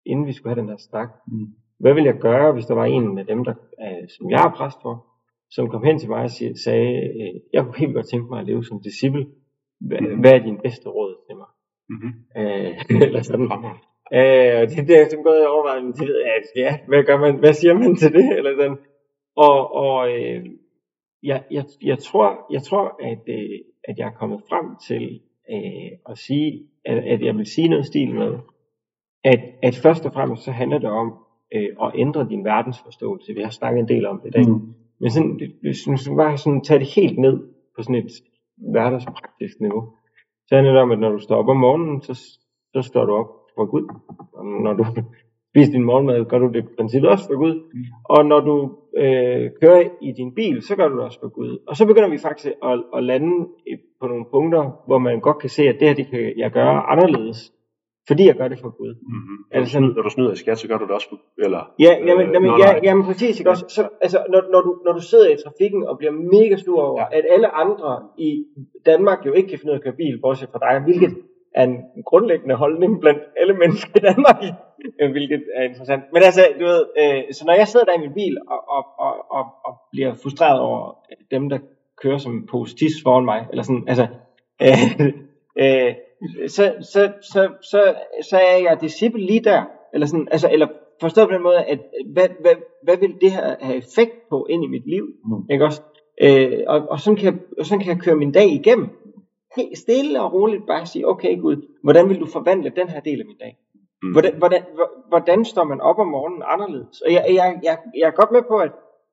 S1: inden vi skulle have den her snak, mm. hvad ville jeg gøre, hvis der var en af dem, der, øh, som jeg er præst for, som kom hen til mig og sagde, øh, jeg kunne helt godt tænke mig at leve som disciple. Hvad, mm. hvad er din bedste råd til mig? Mm-hmm. Øh, eller sådan. Øh, og det, det er sådan gået overvejet, det ved jeg, ja, hvad gør man, hvad siger man til det? Eller sådan. Og, og øh, jeg, jeg, jeg tror, jeg tror at, øh, at jeg er kommet frem til øh, at sige, at, at jeg vil sige noget stil med, at, at først og fremmest så handler det om øh, at ændre din verdensforståelse. Vi har snakket en del om det i dag. Mm. Men sådan, hvis du bare sådan tager det helt ned på sådan et hverdagspraktisk niveau, så handler det om, at når du står op om morgenen, så, så står du op for Gud. Og når du spiser din morgenmad, gør du det i princippet også for Gud. Mm. Og når du øh, kører i din bil, så gør du det også for Gud. Og så begynder vi faktisk at, at lande på nogle punkter, hvor man godt kan se, at det her, det kan jeg gøre anderledes. Fordi jeg gør det for Gud.
S2: Mm-hmm. Altså, når, du, når du snyder i skat, så gør du det også for, eller?
S1: Ja, jamen, jamen, øh, ja, jamen præcis, ikke også? Så, altså, når, når, du, når du sidder i trafikken og bliver mega sur over, ja. At alle andre i Danmark jo ikke kan finde ud af at køre bil, bortset fra dig, hvilket er en grundlæggende holdning blandt alle mennesker i Danmark, hvilket er interessant. Men altså, du ved, øh, så når jeg sidder der i min bil og, og, og, og, og bliver frustreret over dem, der kører som positivt foran mig, eller sådan, altså, øh, øh, Så, så, så, så, så er jeg disciple lige der, eller sådan, altså, eller forstået på den måde, at hvad, hvad, hvad vil det her have effekt på ind i mit liv, mm. ikke også? Øh, og, og sådan kan jeg, sådan kan jeg køre min dag igennem, helt stille og roligt bare sige, okay Gud, hvordan vil du forvandle den her del af min dag? Mm. Hvordan, hvordan, hvordan står man op om morgenen anderledes? Og jeg, jeg, jeg, jeg er godt med på, at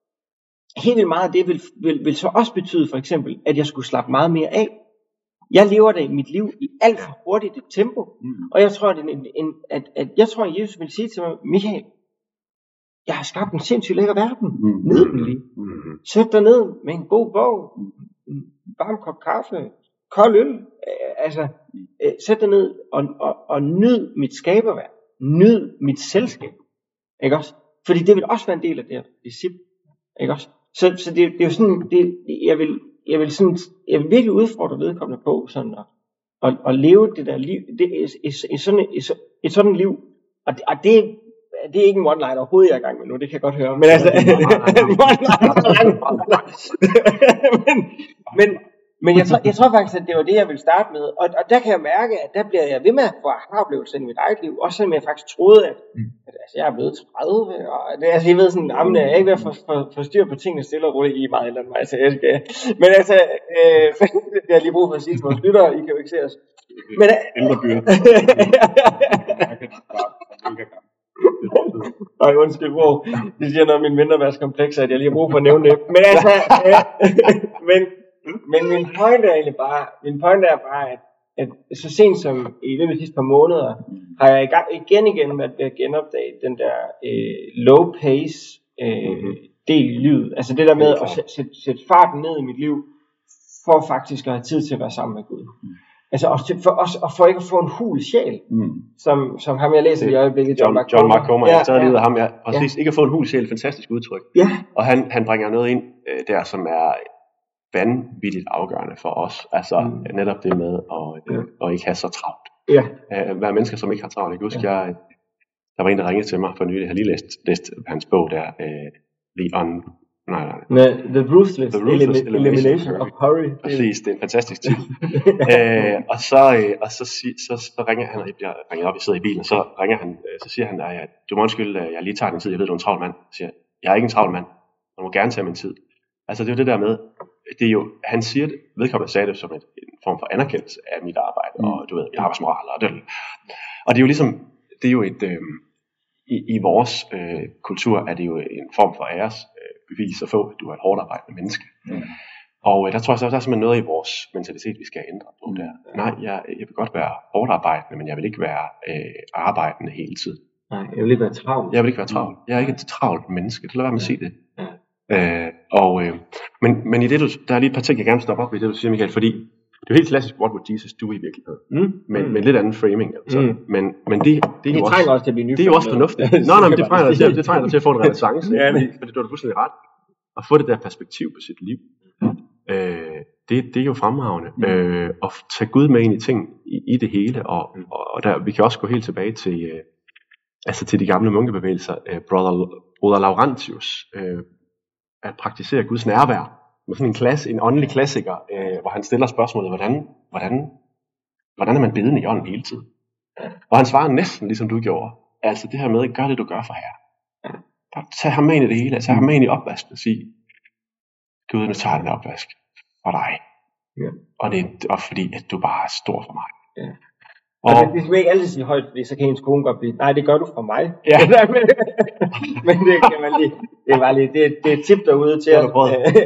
S1: helt vildt meget af det vil, vil, vil så også betyde for eksempel, at jeg skulle slappe meget mere af. Jeg lever da i mit liv i alt for hurtigt et tempo, mm. og jeg tror, at, en, en, at, at jeg tror, at Jesus vil sige til mig, Michael, jeg har skabt en sindssygt lækker verden, mm. nyd den lige. Mm. Sæt dig ned med en god bog, en varm kop kaffe, kold øl, altså, sæt dig ned og, og, og nyd mit skaberværk, nyd mit selskab, ikke også? Fordi det vil også være en del af det her disciple, ikke også? Så, så det, det er jo sådan, det, jeg vil... Jeg vil, sådan, jeg vil virkelig udfordre vedkommende på sådan at, at, at leve det der liv, det, i, i, i sådan, i, et sådan liv, og det, og det, det er ikke en one-liner overhovedet, jeg er i gang med nu, det kan jeg godt høre, men altså, men, men, men jeg, tror, jeg tror faktisk, at det var det, jeg ville starte med, og, og der kan jeg mærke, at der bliver jeg ved med at få oplevelser i mit eget liv, også selvom jeg faktisk troede, at, at altså, jeg er blevet tredive, og det, altså, jeg ved sådan, jamen, jeg er ikke ved at få, få, få styr på tingene stille og roligt i meget eller andet, altså, jeg skal, men altså, øh, jeg har lige brug for at sige til vores lyttere, I kan jo ikke se os, men,
S3: ældre byer.
S1: Ej, undskyld, wow, det siger noget om min mindreværdskompleks, at jeg lige har brug for at nævne det, men altså, øh, men, Men min pointe er egentlig bare, min pointe er bare, at, at så sent som i løbet af de sidste par måneder, har jeg igen igen været ved at genopdage den der øh, low pace øh, mm-hmm. del i livet. Altså det der med at sætte, sætte, sætte farten ned i mit liv, for faktisk at have tid til at være sammen med Gud. Mm. Altså også til, for, også, og for ikke at få en hul sjæl, mm. som, som ham jeg læser i øjeblikket,
S2: John, John Mark Comer, jeg har stadig livet af ham, ja, præcis, ja. Ikke at få en hul sjæl, fantastisk udtryk.
S1: Ja.
S2: Og han, han bringer noget ind øh, der, som er vanvittigt afgørende for os, altså mm. netop det med at, øh, ja. At ikke have så travlt.
S1: Ja.
S2: At være mennesker, som ikke har travlt. Jeg kan huske, ja. jeg, der var en, der ringede til mig for nylig, jeg har lige læst, læst hans bog der, øh, The On... Nej, nej.
S1: Nej, The Ruthless,
S2: The Ruthless
S1: Elimination, Elimination of Hurry.
S2: Præcis, det er en fantastisk titel. øh, og så, øh, og så, så, så ringer han, og jeg bliver ringet op, jeg sidder i bilen, og så ringer han, øh, så siger han, at du må undskylde, jeg lige tager din tid, jeg ved, du er en travl mand. Jeg siger, jeg er ikke en travl mand, man må gerne tage min tid. Altså det er jo det der med, det er jo, han siger det, vedkommende sagde det som et, en form for anerkendelse af mit arbejde, mm. og du ved, min arbejdsmoral, og det. Og det er jo ligesom, det er jo et, øh, i, i vores øh, kultur er det jo en form for æres øh, bevis at få, at du er et hårdt arbejdende menneske. Mm. Og øh, der tror jeg så, der er simpelthen noget i vores mentalitet, vi skal ændre på der. Mm. Nej, jeg, jeg vil godt være hårdt arbejdende, men jeg vil ikke være øh, arbejdende hele tiden.
S1: Nej, jeg vil ikke være travlt.
S2: Jeg vil ikke være travlt. Jeg er ikke et travlt menneske, det lader være med at sige det. Ja. Øh, og, øh, men, men i det du, der er lige et par ting jeg gerne vil stoppe op i det du siger, Michael, fordi det er jo helt klassisk, what would Jesus do i virkeligheden, mm. men mm. med lidt anden framing altså. mm. men, men det, det er jo også,
S1: også til at blive
S2: det er jo også fornuftigt. Nå, nej, men det trænger til, det trænger til at få en renæssance, ja, fordi du har fuldstændig ret, at få det der perspektiv på sit liv, øh, det, det er jo fremragende, mm. øh, at tage Gud med ind i ting i, i det hele, og, og, og der, vi kan også gå helt tilbage til, øh, altså til de gamle munkebevægelser, øh, brother, Broder Laurentius, øh, at praktisere Guds nærvær, med sådan en, klasse, en åndelig klassiker, øh, hvor han stiller spørgsmålet, hvordan, hvordan, hvordan er man bedende i ånden hele tiden? Og han svarer næsten ligesom du gjorde. Altså det her med, gør det du gør for her. Bare tag ham med ind i det hele, tag ham med ind i opvasken og sig, Gud, nu tager den opvask for dig.
S1: Ja.
S2: Og det er fordi, at du bare er stor for mig.
S1: Ja.
S2: Og,
S1: og det, det skal vi ikke altid sige højt, fordi så kan ens kone godt blive, nej, det gør du for mig.
S2: Ja.
S1: men, men det kan man lige, det er bare lige, det, det er et tip derude til at...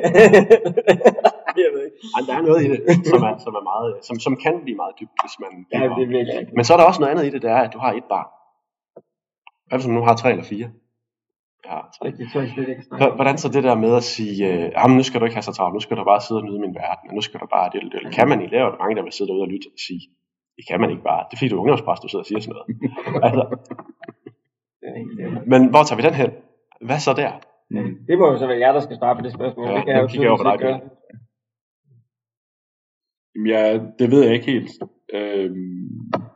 S1: Jeg ved ikke.
S2: Der er noget i det, som, er, som, er meget, som, som kan blive meget dybt, hvis man...
S1: Ja, det er virkelig.
S2: Men så er der også noget andet i det, det er, at du har et barn. Hvad er det, som nu har tre eller fire? Ja, tre.
S1: Det tror jeg slet ikke snakke.
S2: Hvordan så det der med at sige, øh, nu skal du ikke have så travlt, nu skal du bare sidde og nyde min verden, og nu skal du bare det eller det. Kan man ikke? Det er jo mange, der vil sidde derude og lytte og sige, det kan man ikke bare. Det er fordi, du er ungdomspræst, du sidder og siger sådan noget. altså. Men hvor tager vi den hen? Hvad så der?
S1: Mm. Det må jo så være jer, der skal svare på det spørgsmål.
S2: Ja,
S1: det kan jeg jo
S2: kigger over på dig,
S1: gøre.
S3: Ja, det ved jeg ikke helt. Øhm,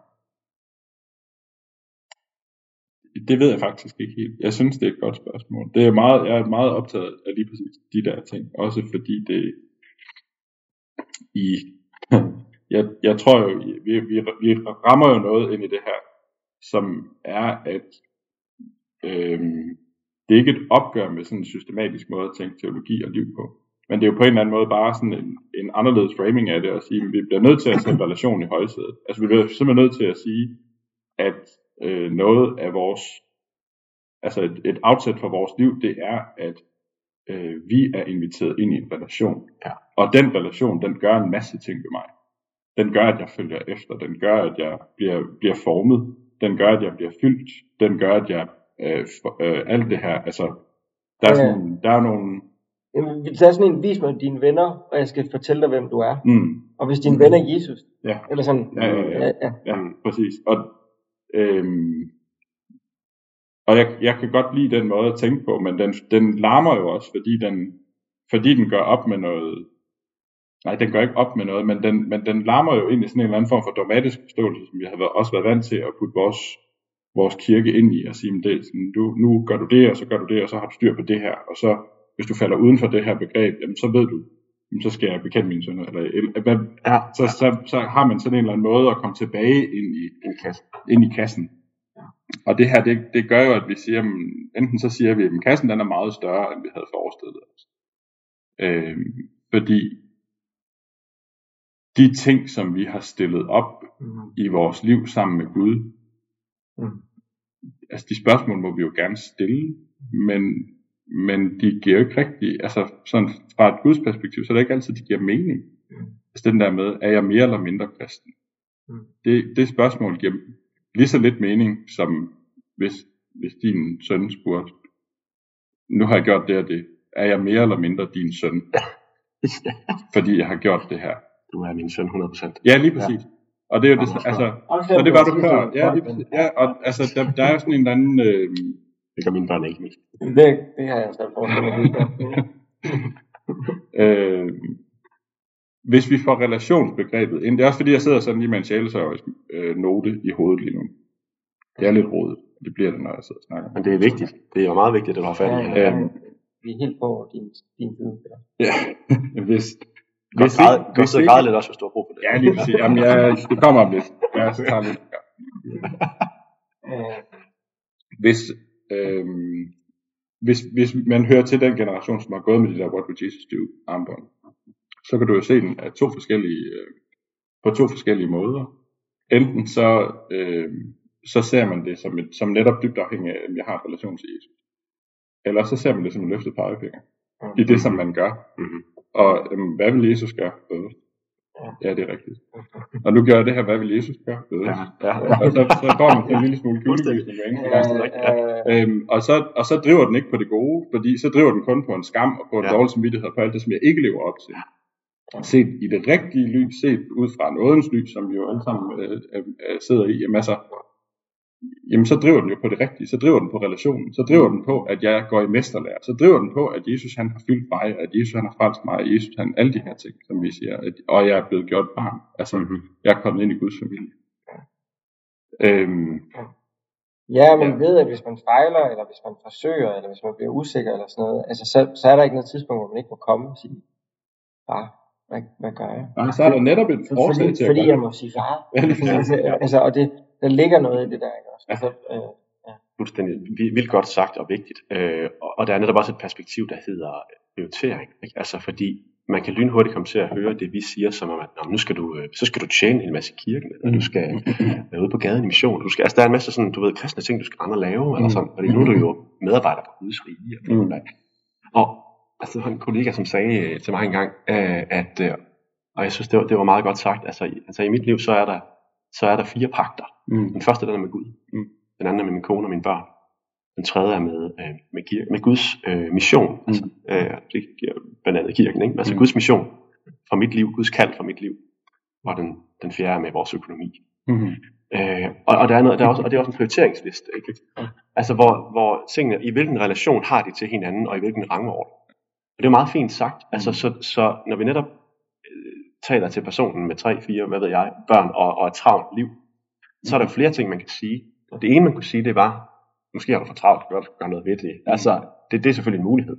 S3: det ved jeg faktisk ikke helt. Jeg synes, det er et godt spørgsmål. Det er meget, jeg er meget optaget af lige præcis de der ting. Også fordi det i... jeg, jeg tror jo, vi, vi, vi rammer jo noget ind i det her, som er, at øhm, det er ikke et opgør med sådan en systematisk måde at tænke teologi og liv på. Men det er jo på en eller anden måde bare sådan en, en anderledes framing af det, at sige, at vi bliver nødt til at sætte relation i højsædet. Altså vi bliver simpelthen nødt til at sige, at øh, noget af vores, altså et, et outset for vores liv, det er, at øh, vi er inviteret ind i en relation.
S2: Ja.
S3: Og den relation, den gør en masse ting ved mig. Den gør, at jeg følger efter. Den gør, at jeg bliver, bliver formet. Den gør, at jeg bliver fyldt. Den gør, at jeg øh, for, øh, alt det her, altså der er, sådan, der er nogle...
S1: Jamen, vi tager sådan en, vis mig dine venner, og jeg skal fortælle dig, hvem du er.
S3: Mm.
S1: Og hvis din ven er Jesus,
S3: ja.
S1: eller sådan.
S3: Ja, ja, ja. ja, ja. ja præcis. Og, øhm, og jeg, jeg kan godt lide den måde at tænke på, men den, den larmer jo også, fordi den, fordi den gør op med noget. Nej, den gør ikke op med noget, men den, men den larmer jo ind i sådan en eller anden form for dogmatisk forståelse, som vi har været, også været vant til at putte vores, vores kirke ind i, og sige, det, sådan, du, nu gør du det, og så gør du det, og så har du styr på det her, og så hvis du falder uden for det her begreb, jamen, så ved du, jamen, så skal jeg bekende mine sønner, eller, eller ja, så, så, så har man sådan en eller anden måde at komme tilbage ind i,
S2: ind i kassen.
S3: Ind i kassen. Ja. Og det her, det, det gør jo, at vi siger, enten så siger vi, at kassen den er meget større, end vi havde forestillet os. Øhm, fordi de ting, som vi har stillet op mm. i vores liv sammen med Gud, mm. altså de spørgsmål må vi jo gerne stille, men, men de giver jo ikke rigtig, altså sådan fra et Guds perspektiv, så er det ikke altid, de giver mening. Mm. Altså den der med, er jeg mere eller mindre kristen? Mm. Det, det spørgsmål giver lige så lidt mening, som hvis, hvis din søn spurgte, nu har jeg gjort det og det, er jeg mere eller mindre din søn? Fordi jeg har gjort det her.
S2: Du er min søn hundrede procent.
S3: Ja, lige præcis. Ja. Og det er jo det, altså, så det var du før. Ja, lige præcis. Ja, og altså, der, der er sådan en eller anden... Øh...
S2: Det gør mine børn ikke.
S1: Det, det har jeg selv forestillet mig.
S3: øh, hvis vi får relationsbegrebet ind, det er også fordi, jeg sidder sådan lige med en sjælesørgerisk øh, note i hovedet lige nu. Det er lidt rodet. Det bliver det, når jeg sidder og snakker.
S2: Men det er vigtigt. Det er jo meget vigtigt, at du har fat i.
S1: Ja, ja, ja. Vi er helt på din, din side.
S3: Ja, hvis...
S2: Hvis vi kan så græde lidt også, hvis du har brug for det.
S3: Ja, lige præcis. Jamen, jeg, det kommer om lidt. Ja, så tager lidt. Ja. Hvis, øhm, hvis, hvis man hører til den generation, som har gået med de der What Would Jesus Do armbånd, så kan du jo se den af to forskellige, øh, på to forskellige måder. Enten så, øh, så ser man det som, et, som netop dybt afhængig af, at jeg har en relation til Jesus. Eller så ser man det som en løftet pegefinger. Det er det, som man gør. Mm-hmm. Og øhm, hvad vil Jesus gøre? Øh. Ja, det er rigtigt. Og nu gør jeg det her, hvad vil Jesus gøre? Øh.
S2: Ja, ja, ja.
S3: Og så, så går man til en lille smule gyldebysning hver eneste gang. Øhm, og, så, og så driver den ikke på det gode, fordi så driver den kun på en skam og på en ja. dårlig samvittighed på alt det, som jeg ikke lever op til. Set i det rigtige lys, set ud fra nådens lys, som vi jo alle sammen øh, øh, sidder i, jamen altså, jamen så driver den jo på det rigtige, så driver den på relationen, så driver den på, at jeg går i mesterlære, så driver den på, at Jesus han har fyldt mig, at Jesus han har frelst mig, at Jesus han, alle de her ting, som vi siger, at, og jeg er blevet gjort barn, altså mm-hmm. jeg er kommet ind i Guds familie. Øhm,
S1: Ja, man ja. ved, at hvis man fejler, eller hvis man forsøger, eller hvis man bliver usikker, eller sådan noget, altså, så, så er der ikke noget tidspunkt, hvor man ikke må komme og sige, far, hvad, hvad gør jeg?
S3: Nej, så er der netop et årsag til at
S1: Fordi jeg må sige far. Ja, altså, altså, og det, der ligger noget i det der, ikke også? Altså, øh, ja.
S2: Fuldstændig vildt godt sagt og vigtigt. Øh, og der er netop også et perspektiv, der hedder prioritering. Ikke? Altså fordi man kan lynhurtigt komme til at høre det, vi siger, som om, at nu skal du, så skal du tjene en masse i kirken, eller du skal være ude på gaden i mission. Du skal, altså der er en masse sådan, du ved, kristne ting, du skal andre lave, eller sådan, fordi nu er du jo medarbejder på Guds rige. Og, mm. og altså, der var en kollega, som sagde til mig engang, at, og jeg synes, det var, det var meget godt sagt, altså, altså i mit liv, så er der, så er der fire pagter. Mm. Den første, den er med Gud. Mm. Den anden er med min kone og mine børn. Den tredje er med, øh, med, kirke, med Guds øh, mission. Mm. Altså, øh, det giver blandt andet kirken, ikke? Altså mm. Guds mission for mit liv, Guds kald for mit liv. Og den, den fjerde er med vores økonomi. Mm. Øh, og, og, der er noget, der er også, og det er også en prioriteringsliste. Ikke? Mm. Altså hvor, hvor tingene, i hvilken relation har de til hinanden, og i hvilken rangorden. Og det er meget fint sagt. Altså, mm. så, så når vi netop øh, taler til personen med tre, fire, hvad ved jeg, børn og, og et travlt liv, så er der flere ting, man kan sige. Og det ene, man kunne sige, det var, måske har du for travlt, gør, gør noget ved det. Altså, det, det er selvfølgelig en mulighed.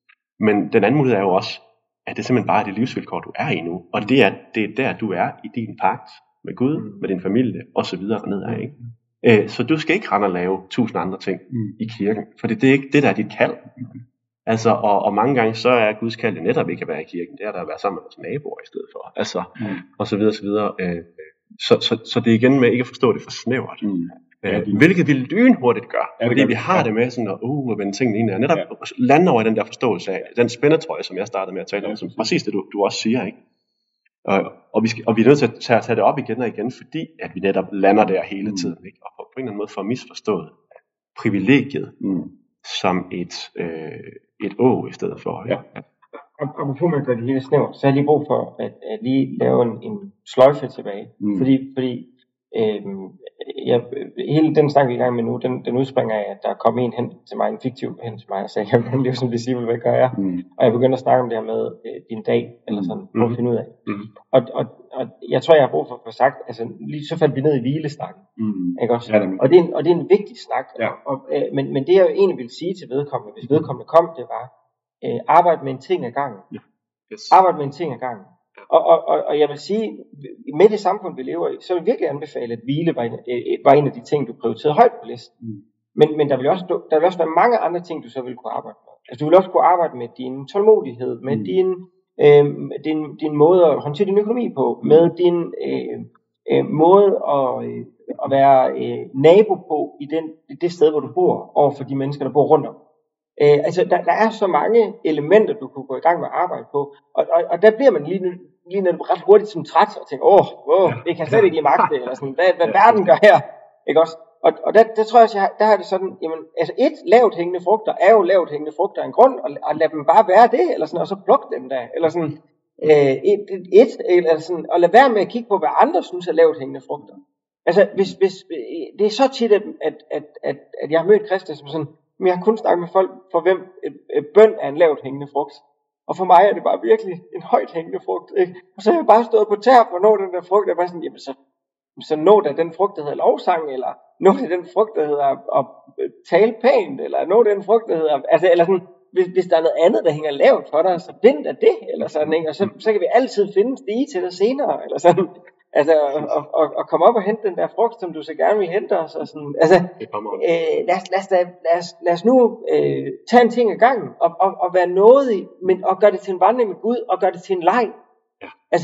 S2: Men den anden mulighed er jo også, at det simpelthen bare er det livsvilkår, du er i nu. Og det er, det er der, du er i din pagt med Gud, mm. med din familie, og så videre og nedad, ikke? Mm. Så du skal ikke rende og lave tusind andre ting mm. i kirken, for det, det er ikke det, der er dit kald. Mm. Altså, og, og mange gange, så er Guds kald jo netop ikke at være i kirken. Det er der at være sammen med vores naboer i stedet for. Altså, mm. og så videre, så videre. Så, så, så det er igen med ikke at forstå det for snævert. Mm. Ja, hvilket vi lynhurtigt gør, ja, fordi vi har ja. det med sådan at uh, vende tingene ind, og netop ja. lande over i den der forståelse af den spændetrøje, som jeg startede med at tale om, som præcis det du, du også siger, ikke? Og, og, vi skal, og vi er nødt til at tage, tage det op igen og igen, fordi at vi netop lander der hele tiden, ikke? Og på, på en eller anden måde får misforstået privilegiet mm. som et, øh, et å i stedet for.
S1: Ja. Ja. Og, og på man gør det hele snævert, så har jeg lige brug for at, at lige lave en, en sløjfe tilbage, mm. fordi, fordi Øhm, jeg, hele den snak vi er i gang med nu, den, den udspringer af, at der kom en hen til mig, en fiktiv hen til mig, og sagde, jeg vil leve som disciple, hvad gør jeg? Mm. Og jeg begyndte at snakke om det her med øh, din dag, eller sådan, prøv at finde ud af. Mm. Og, og, og jeg tror, jeg har brug for at få sagt, altså lige så faldt vi ned i hvilesnakken, mm. ikke også? Ja, det og, det er en, og det er en vigtig snak, ja. og, og, øh, men, men det jeg jo egentlig ville sige til vedkommende, hvis vedkommende kom, det var, øh, arbejde med en ting ad gangen. Ja. Yes. Arbejde med en ting ad gangen. Og, og, og, og jeg vil sige, med det samfund vi lever i, så vil jeg virkelig anbefale, at hvile var en, var en af de ting, du prioriterede højt på listen. Mm. Men, men der, vil også, der vil også være mange andre ting, du så vil kunne arbejde med. Altså du vil også kunne arbejde med din tålmodighed, med mm. din, øh, din, din måde at håndtere din økonomi på, med din øh, øh, måde at, øh, at være øh, nabo på i den, det sted, hvor du bor, over for de mennesker, der bor rundt om. Øh, altså der, der er så mange elementer, du kunne gå i gang med at arbejde på, og, og, og der bliver man lige, lige ret hurtigt som træt og tænker, åh, åh, det kan jeg slet ikke lige magte, eller sådan, hvad, hvad verden gør her, ikke også? Og, og der, der tror jeg også, jeg, der er det sådan, jamen, altså et, lavt hængende frugter er jo lavt hængende frugter af en grund, og, og lad dem bare være det, eller sådan, og så pluk dem der, eller sådan, øh, et, et, eller sådan, og lad være med at kigge på, hvad andre synes er lavt hængende frugter. Altså, hvis, hvis, det er så tit, at, at, at, at, at jeg har mødt kristne, som sådan, men jeg har kun snakket med folk, for hvem et, et bøn er en lavt hængende frugt. Og for mig er det bare virkelig en højt hængende frugt, ikke? Og så har jeg bare stået på tær for at nå den der frugt, og jeg bare sådan, jamen så, så nå da den frugt, der hedder lovsang, eller nå da den frugt, der hedder at tale pænt, eller nå den frugt, der hedder, altså, eller sådan, hvis, hvis der er noget andet, der hænger lavt for dig, så bind da det, eller sådan, ikke? Og så, så kan vi altid finde stige til det senere, eller sådan. Altså, og, og, og komme op og hente den der frugt, som du så gerne vil hente os, og sådan, altså, øh, lad, os, lad, os, lad, os, lad os nu øh, tage en ting ad gangen, og, og, og være nådig, men, og gøre det til en vandring med Gud, og gøre det til en leg. Ja. Altså,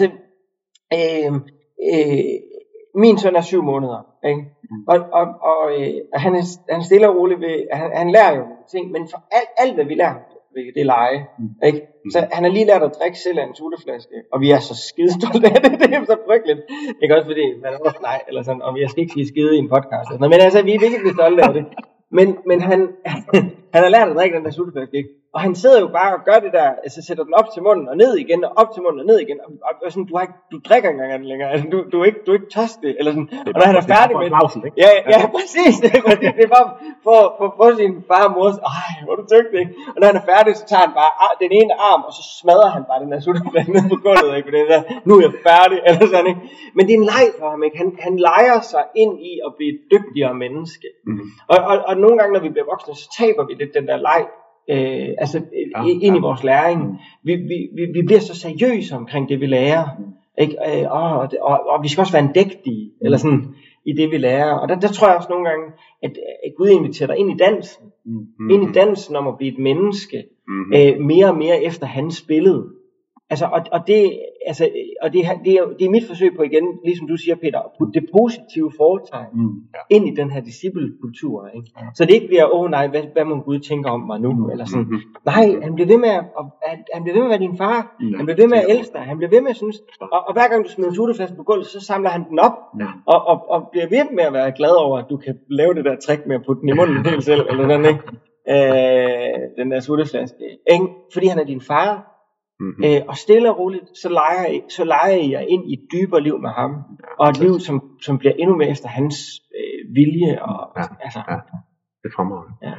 S1: øh, øh, min søn er syv måneder, ikke? Mm. Og, og, og øh, han, er, han er stille og rolig ved, han, han lærer jo ting, men for alt, alt hvad vi lærer, det er lege, mm. ikke? Så han har lige lært at drikke selv af en tutteflaske, og vi er så skidestolte af det, det er så frygteligt. Ikke også fordi, man er også nej, eller sådan, og jeg skal ikke sige skide i en podcast, men altså, vi er virkelig stolte af det. Men, men han, han har lært at drikke den der sutteflaske, ikke? Og han sidder jo bare og gør det der, altså sætter den op til munden og ned igen, og op til munden og ned igen, og, og, og sådan, du, har ikke, du drikker ikke engang den længere, altså du, du, er ikke, du er ikke tørstig, eller sådan, og når han er færdig med
S2: pausen, ikke?
S1: ja, ja, præcis, det, det, det er bare for, for at få sin far og mor, ej, hvor er du dygtig, ikke? Og når han er færdig, så tager han bare den ene arm, og så smadrer han bare den der sutteflaske ned på gulvet, ikke? For det der, nu er jeg færdig, eller sådan, ikke? Men det er en leg for ham, ikke? Han, han leger sig ind i at blive et dygtigere menneske, mm. og, og, og nogle gange, når vi bliver voksne, så taber vi lidt den der leg, Øh, altså ja, ind ja. i vores læring. Vi, vi, vi, vi bliver så seriøse omkring det vi lærer, ikke? Øh, og, og, og vi skal også være en dægtige eller sådan i det vi lærer. Og der, der tror jeg også nogle gange at, at Gud inviterer dig ind i dansen, mm-hmm. ind i dansen om at blive et menneske, mm-hmm. øh, mere og mere efter hans billede. Altså, og, og, det, altså, og det, det, er, det er mit forsøg på igen, ligesom du siger, Peter, at putte det positive foretegn mm, ja. ind i den her disciplekultur, ikke? Ja. Så det ikke bliver, åh oh, nej, hvad, hvad må Gud tænke om mig nu, mm, eller sådan. Mm-hmm. Nej, han bliver ved med at, at, han bliver ved med at være din far, mm, han bliver ved med at elske dig, han bliver ved med at synes, og, og hver gang du smider sutteflaske på gulvet, så samler han den op, ja. og, og, og bliver ved med at være glad over, at du kan lave det der trick med at putte den i munden helt selv, eller sådan, ikke? Øh, den der sutteflaske, ikke? Fordi han er din far. Mm-hmm. Øh, og stille og roligt, så leger, så leger jeg ind i et dybere liv med ham, og et liv, som, som bliver endnu mere efter hans øh, vilje. Og,
S2: ja,
S1: altså,
S2: ja, det er fremragende.
S1: Ja.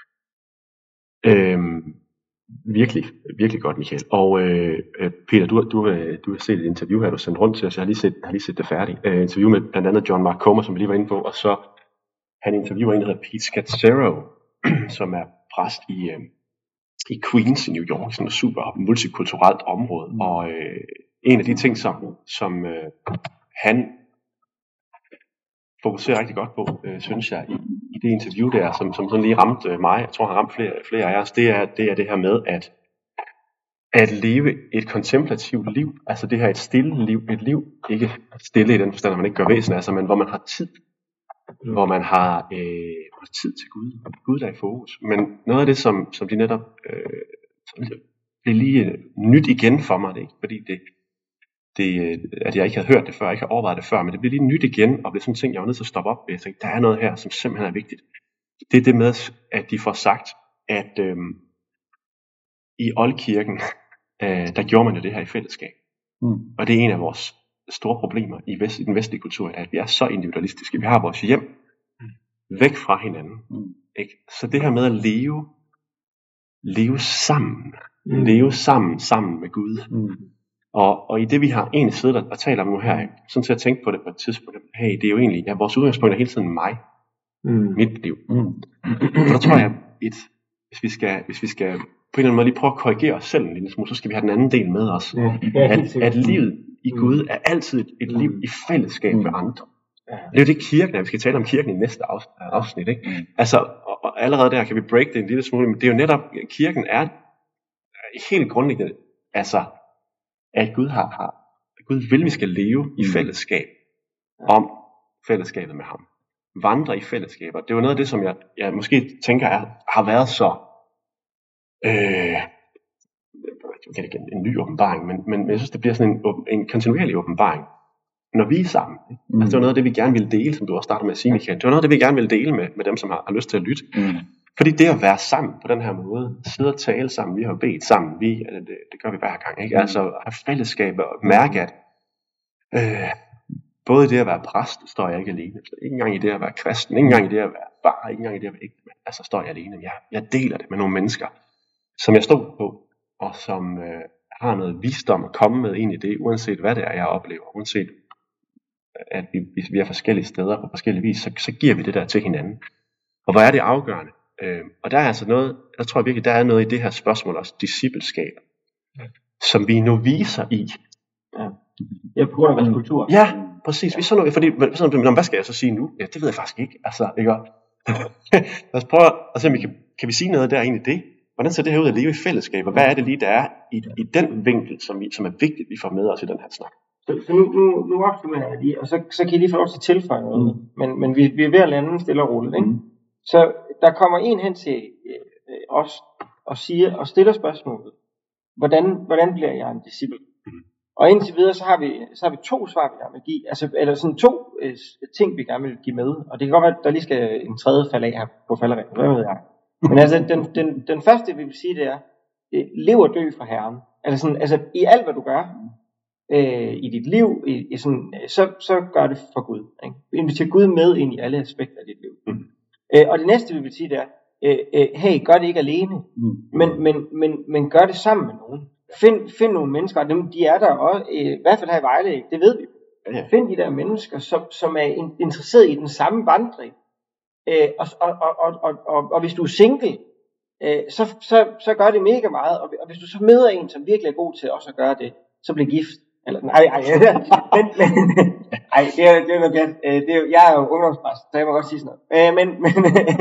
S2: Øhm, virkelig, virkelig godt, Michael. Og øh, Peter, du, du, du har set et interview her, du sendt rundt til os. Jeg har lige set, har lige set det færdigt. Øh, interview med blandt andet John Mark Comer, som vi lige var inde på, og så han interviewer en, der hedder Pete Scazzero, som er præst i... Øh, i Queens i New York, sådan et super multikulturelt område, mm. og øh, en af de ting, som, som øh, han fokuserer rigtig godt på, øh, synes jeg, i, i det interview der, som, som sådan lige ramte øh, mig, jeg tror han ramte flere, flere af os, det er, det er det her med, at at leve et kontemplativt liv, altså det her et stille liv, et liv, ikke stille i den forstand, at man ikke gør væsen af sig, men hvor man har tid, mm. hvor man har øh, tid til Gud, Gud der er i fokus. Men noget af det, som, som de netop øh, blev lige nyt igen for mig, det ikke, fordi det, det, at jeg ikke havde hørt det før, jeg ikke havde overvejet det før, men det blev lige nyt igen, og blev sådan en ting, jeg var nødt til at stoppe op ved. Jeg tænkte, der er noget her, som simpelthen er vigtigt. Det er det med, at de får sagt, at øh, i Oldkirken, øh, der gjorde man jo det her i fællesskab. Mm. Og det er en af vores store problemer i, vest, i den vestlige kultur, at vi er så individualistiske. Vi har vores hjem væk fra hinanden. Mm. Ikke? Så det her med at leve, leve sammen, mm. leve sammen, sammen med Gud. Mm. Og, og i det vi har egentlig siddet og, og talt om nu her, ikke? Sådan til at tænke på det på et tidspunkt, hey, det er jo egentlig, ja, vores udgangspunkt er hele tiden mig, mm. mit liv. Mm. Så tror jeg, et, hvis vi skal, hvis vi skal på en eller anden måde lige prøve at korrigere os selv en lille smule, så skal vi have den anden del med os. Ja. Ja, at, at livet i Gud er altid et, et liv i fællesskab med andre. Ja. Det er jo det kirken er. Vi skal tale om kirken i næste afsnit. Ikke? Mm. Altså, og, og allerede der kan vi break det en lille smule, men det er jo netop, kirken er helt grundlæggende, altså, at Gud har, har Gud vil, vi skal leve i fællesskab om fællesskabet med ham. Vandre i fællesskaber. Det er jo noget af det, som jeg, jeg måske tænker er, har været så øh, en ny åbenbaring, men, men jeg synes, det bliver sådan en, en kontinuerlig åbenbaring, når vi er sammen. Mm. Altså, det var noget af det, vi gerne ville dele, som du også startede med at sige, Michael. Det var noget af det, vi gerne ville dele med, med dem, som har, har lyst til at lytte. Mm. Fordi det at være sammen på den her måde, sidde og tale sammen, vi har jo bedt sammen, vi, det, det gør vi hver gang, ikke? Mm. Altså have fællesskab og mærke, at øh, både i det at være præst, står jeg ikke alene. Så ikke engang i det at være kristen, ikke engang i det at være far, ikke engang i det at være ægtemand, altså står jeg alene. Jeg, jeg deler det med nogle mennesker, som jeg står på, og som øh, har noget visdom at komme med ind i det, uanset hvad det er, jeg oplever, uanset at vi, vi er forskellige steder på forskellige vis, så, så giver vi det der til hinanden. Og hvor er det afgørende? Øh, og der er altså noget, jeg tror virkelig, der er noget i det her spørgsmål også, discipleskab, ja. Som vi nu viser i.
S1: Ja, ja på grund af vores kultur.
S2: Ja, præcis. Vi så noget, fordi, sådan, hvad skal jeg så sige nu? Ja, det ved jeg faktisk ikke. Altså, ikke? Lad os prøve at se, om vi kan, kan vi sige noget der egentlig det? Hvordan ser det her ud at leve i fællesskab? Og hvad er det lige, der er i, i den vinkel, som, vi, som er vigtigt, vi får med os i den her snak?
S1: Så, så nu, nu, nu opsummerer jeg lige, og så, så kan I lige få lov til at tilføje noget. Mm. Men, men vi, vi er ved at lande stille og roligt, ikke? Mm. Så der kommer en hen til øh, os og siger og stiller spørgsmålet, hvordan, hvordan bliver jeg en disciple? Mm. Og indtil videre, så har vi, så har vi to svar, vi gerne vil give, altså, eller sådan to øh, ting, vi gerne vil give med. Og det kan godt være, at der lige skal en tredje falde af her på falderækken, hvad ved jeg. Men altså, den, den, den første, vi vil sige, det er, øh, lev og dø for Herren. Altså, sådan, altså i alt, hvad du gør, øh, i dit liv, i, i sådan, øh, så, så gør det for Gud. Ikke? Inviter Gud med ind i alle aspekter af dit liv. Mm. Øh, og det næste, vi vil sige, det er, øh, øh, hey, gør det ikke alene, mm. men, men, men, men gør det sammen med nogen. Find, find nogle mennesker, og dem, de er der også, øh, i hvert fald her i Vejle, det ved vi. Ja. Find de der mennesker, som, som er in, interesseret i den samme vandring. Øh, og, og, og, og, og, og hvis du er single, øh, så, så, så gør det mega meget. Og, og hvis du så møder en, som virkelig er god til også at gøre det, så bliv gift. Eller, nej, nej, men, men, ej, det er, det er noget galt. Det er, jeg er jo ungdomspræst, så jeg må godt sige sådan noget. Øh, men men,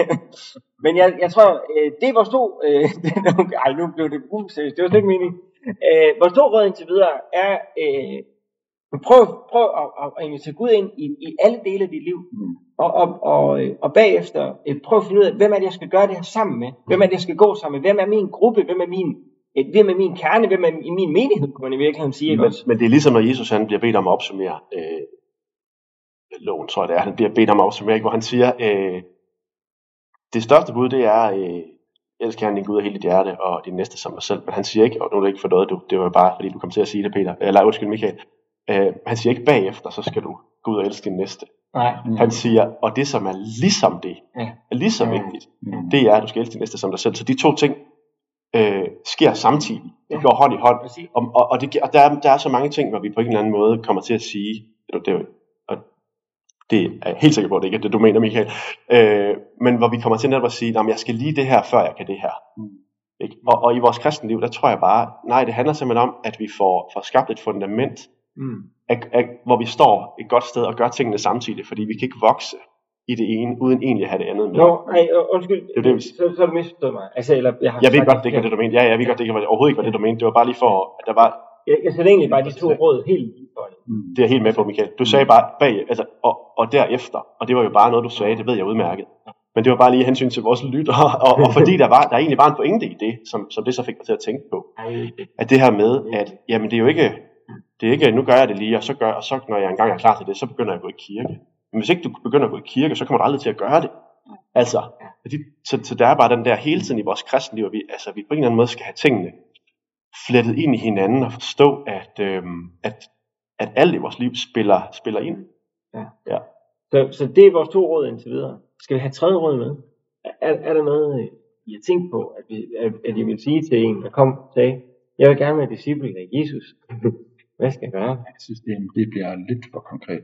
S1: men jeg, jeg tror, det var stor, øh, ej, nu blev det useriøst, det var slet ikke meningen. Øh, vores stor råd indtil videre er, øh, prøv, prøv at, at, at invitere Gud ind i, i alle dele af dit liv. Mm. Og, og, og, og bagefter øh, prøv at finde ud af, hvem er det, jeg skal gøre det her sammen med? Hvem er det, jeg skal gå sammen med? Hvem er min gruppe? Hvem er min... Hvem er min kerne, hvem er i min menighed, kunne man i virkeligheden sige.
S2: Men, men det er ligesom, når Jesus han bliver bedt om at opsummere øh, loven, tror jeg det er. Han bliver bedt om at opsummere, hvor han siger, øh, det største bud, det er, øh, elsk Herren din Gud af hele dit hjerte, og din næste som dig selv. Men han siger ikke, og nu er det ikke for noget, du, det var bare fordi, du kom til at sige det, Peter. Eller undskyld, Michael. Øh, han siger ikke bagefter, så skal du gå ud og elske din næste.
S1: Nej.
S2: Han siger, og det som er ligesom det,
S1: ja.
S2: er lige så vigtigt, ja. det er, at du skal elske din næste som dig selv. Så de to ting, Øh, sker samtidig. Det går hånd i hånd. Og, og, og, det, og der, er, der er så mange ting, hvor vi på en eller anden måde kommer til at sige, det, det, og det er jeg helt sikker på, at det ikke er det, du mener, Michael, øh, men hvor vi kommer til netop at sige, jeg skal lige det her, før jeg kan det her. Mm. Ikke? Og, og i vores kristenliv, der tror jeg bare, nej, det handler simpelthen om, at vi får, får skabt et fundament, mm. af, af, hvor vi står et godt sted og gør tingene samtidig, fordi vi kan ikke vokse i det ene, uden egentlig at have det andet med.
S1: Nå, nej, undskyld,
S2: det det,
S1: så, så har du misforstået mig. Altså, eller, jeg, har
S2: jeg ved godt, det ikke var det, du mente. Ja, jeg ved godt, det ikke var, overhovedet ikke var det, du mente. Det var bare lige for, at der var...
S1: Jeg, jeg sætter egentlig bare de to råd helt i forhold.
S2: Mm. Det er helt med på, Michael. Du sagde bare bag, altså, og, og derefter, og det var jo bare noget, du sagde, det ved jeg udmærket. Men det var bare lige hensyn til vores lyttere, og, og fordi der var, der egentlig var en pointe i det, som, som det så fik mig til at tænke på. At det her med, at jamen det er jo ikke, det er ikke, nu gør jeg det lige, og så gør, og så når jeg engang er klar til det, så begynder jeg at gå i kirke. Men hvis ikke du begynder at gå i kirke, så kommer du aldrig til at gøre det. Altså, så, så der er bare den der hele tiden i vores kristenliv, at vi, altså, vi på en eller anden måde skal have tingene flettet ind i hinanden og forstå, at, øhm, at, at alt i vores liv spiller, spiller ind.
S1: Ja. Ja. Så, så det er vores to råd indtil videre. Skal vi have tredje råd med? Er, er der noget, I har tænkt på, at, vi, at, at I vil sige til en, der kom og sagde, jeg vil gerne være disciple af Jesus. Hvad skal jeg gøre?
S3: Jeg synes, det, det bliver lidt for konkret.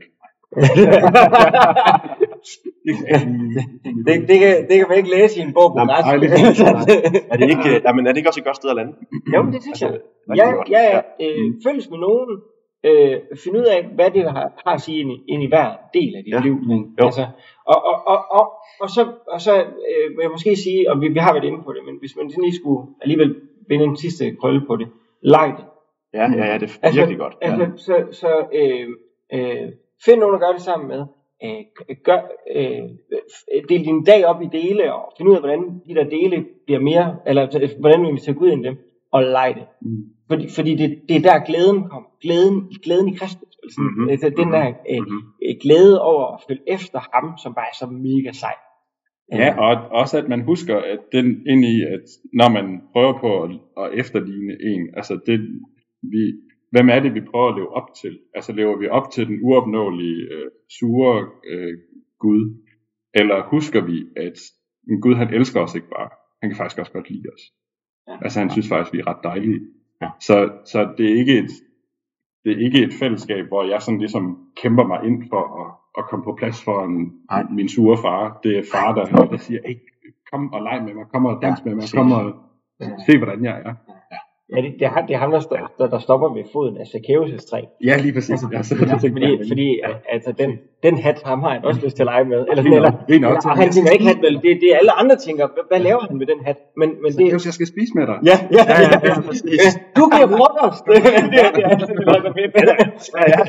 S1: det, det, kan, det kan man ikke læse i en bog på
S2: ret. Er det ikke, jamen, er det ikke også et godt sted at lande?
S1: Jo, det synes jeg. Ja, ja, ja. Øh, følges med nogen. Øh, find ud af, hvad det har, har at sige ind i, ind i hver del af dit ja. liv. Altså, og, og, og, og, og så, og så øh, vil jeg måske sige, og vi, vi har været inde på det, men hvis man lige skulle alligevel vinde en sidste krølle på det, leg det.
S2: Ja, ja, ja, det er
S1: altså,
S2: virkelig godt.
S1: Altså, ja. Så, så øh, øh, find nogen at gøre det sammen med. Øh, gør, øh, del din dag op i dele, og find ud af, hvordan de der dele bliver mere, eller hvordan vi vil tage Gud ind i dem, og lege det. Mm. Fordi, fordi det, det er der glæden kommer. Glæden, glæden i Kristus. Altså, mm-hmm. altså, den der øh, mm-hmm. glæde over at følge efter ham, som bare er så mega sej.
S3: Ja, og også at man husker, at den ind i, at når man prøver på at, at efterligne en, altså det, vi, hvem er det, vi prøver at leve op til? Altså lever vi op til den uopnåelige, øh, sure øh, Gud? Eller husker vi, at en Gud, han elsker os ikke bare? Han kan faktisk også godt lide os. Ja. Altså han synes faktisk, vi er ret dejlige. Ja. Så, så det er ikke et, det er ikke et fællesskab, hvor jeg sådan ligesom kæmper mig ind for at, at komme på plads for en, min sure far. Det er far, der, der siger, hey, kom og leg med mig, kom og dans ja, med mig, kom og se, hvordan jeg er.
S1: Ja. Ja, det, det, er, det er ham, der, st- der, der stopper ved foden af Zacchaeus' træ.
S3: Ja, lige præcis. Ja, så,
S1: ja, fordi fordi ja. altså, den, den hat, ham har han også lyst til at lege med. Eller, eller, eller,
S3: eller,
S1: eller han tænker ikke hat, vel, det, det er alle andre tænker, hvad laver han med den hat? Men, men det,
S3: Zacchaeus, jeg skal spise med dig.
S1: Ja, ja, ja, ja, ja, præcis. Du giver frokost. det, det, det er altid noget, der fedt. Ja, ja.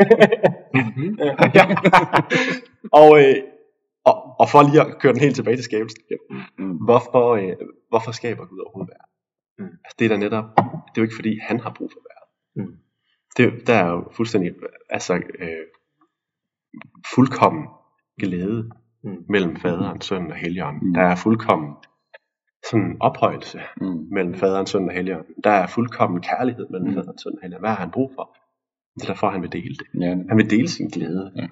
S2: ja. Og, øh, og, og for lige at køre den helt tilbage til skabelsen. Mm. Hvorfor, øh, hvorfor skaber Gud overhovedet verden? Mm. Altså, det er da netop, det er jo ikke fordi han har brug for verden. Mm. Det, der er jo fuldstændig, altså øh, fuldkommen glæde mm. mellem faderen, sønnen og helligånden. Mm. Der er fuldkommen sådan ophøjelse
S3: Mm.
S2: mellem faderen, sønnen og helligånden. Der er fuldkommen kærlighed mellem mm. faderen, sønnen og helligånden. Hvad har han brug for? Det er derfor, han vil dele det.
S3: Ja.
S2: Han vil dele sin glæde.
S3: Ja.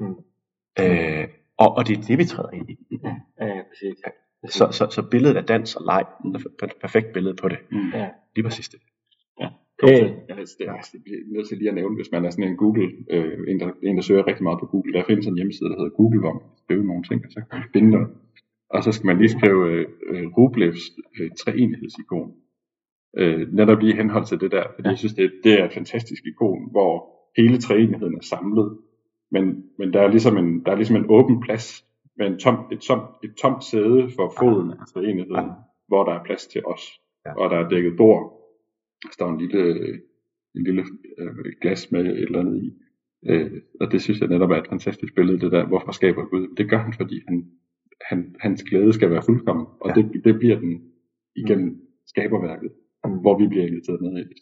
S2: Øh, og, og det er det, vi træder ind i.
S1: Ja, ja, præcis.
S2: Så, så, så billedet af dans og leg, er et perfekt billede på det.
S3: Mm.
S1: Ja.
S2: Lige præcis det.
S1: Ja.
S3: Øh,
S1: Øh,
S3: ja, det er også nødt til lige at nævne, hvis man er sådan en Google, øh, en, der, en der søger rigtig meget på Google, der findes en hjemmeside, der hedder Google, hvor man kan skrive nogle ting, og så kan man finde noget. Og så skal man lige skrive øh, Rublevs øh, treenighedsikon. Øh, netop lige i henhold til det der, fordi jeg synes, det, det er et fantastisk ikon, hvor hele treenigheden er samlet, men, men der, er ligesom en, der er ligesom en åben plads, med en tom, et, tom, et tomt sæde for foden af treenigheden, hvor der er plads til os, og der er dækket bord. Der står en lille, en lille øh, glas med et eller andet i. Øh, og det synes jeg netop er et fantastisk billede, det der, hvorfor skaber Gud? Det gør han, fordi han, han, hans glæde skal være fuldkommen, og ja. det, det bliver den igennem skaberværket, hvor vi bliver inviteret med i det.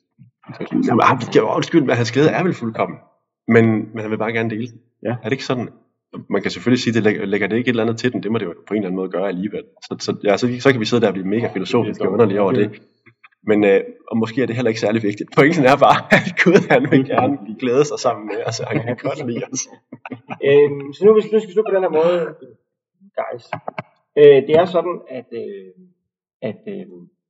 S2: Jamen, undskyld, men hans glæde er vel fuldkommen, men, men han vil bare gerne dele den.
S3: Ja.
S2: Er det ikke sådan? Man kan selvfølgelig sige, at det lægger, lægger det ikke et eller andet til den, det må det jo på en eller anden måde gøre alligevel. Så, så, ja, så, så kan vi sidde der og blive mega filosofiske og underlige over det. Men øh, og måske er det heller ikke særlig vigtigt. Pointen er bare, at Gud han vil gerne glæde sig sammen med os, og han kan godt lide os.
S1: øhm, så nu, hvis nu skal vi slutte på den her måde, guys. Øh, det er sådan, at, øh, at øh,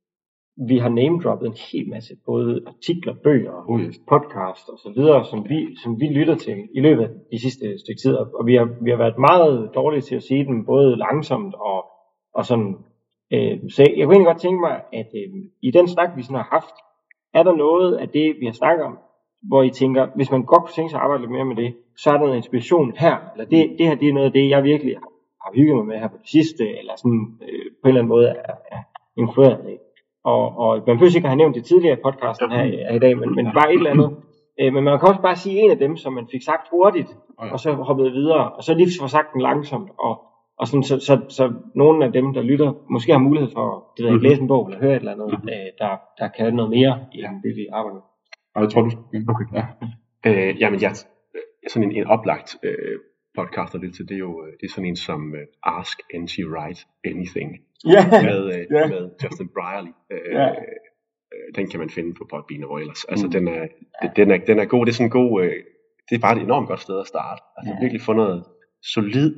S1: vi har name-droppet en hel masse, både artikler, bøger,
S3: Oh, yes.
S1: podcast og så videre, som vi, som vi lytter til i løbet af de sidste stykke tid. Og vi har, vi har været meget dårlige til at sige dem, både langsomt og, og sådan. Øh, så jeg kunne egentlig godt tænke mig, at øh, i den snak, vi sådan har haft, er der noget af det, vi har snakket om, hvor I tænker, hvis man godt kunne tænke sig at arbejde lidt mere med det, så er der noget inspiration her, eller det, det her, det er noget af det, jeg virkelig har, har hygget mig med her på det sidste, eller sådan øh, på en eller anden måde er, er influeret af. Og, og man behøver ikke at have nævnt det tidligere i podcasten her, her i dag, men, men bare et eller andet. Øh, men man kan også bare sige en af dem, som man fik sagt hurtigt, og så hoppede videre, og så lige få sagt den langsomt, og Og sådan, så, så, så nogle af dem, der lytter, måske har mulighed for det ved, at læse en bog eller høre et eller andet, mm-hmm. øh, der, der kan noget mere end det, vi arbejder med.
S3: Og jeg tror, du skal.
S2: Okay. Ja. Øh, jamen, jeg, sådan en, en oplagt øh, podcast, der lytter til, det er jo det er sådan en som uh, Ask N T Wright Anything,
S1: yeah.
S2: med, øh,
S1: yeah.
S2: med Justin Brierley. Øh,
S1: yeah.
S2: øh, den kan man finde på Podbean og ellers. Altså, mm. den, er, det, den, er, den er god. Det er sådan en god, øh, det er bare et enormt godt sted at starte. Altså, yeah. virkelig få noget solid,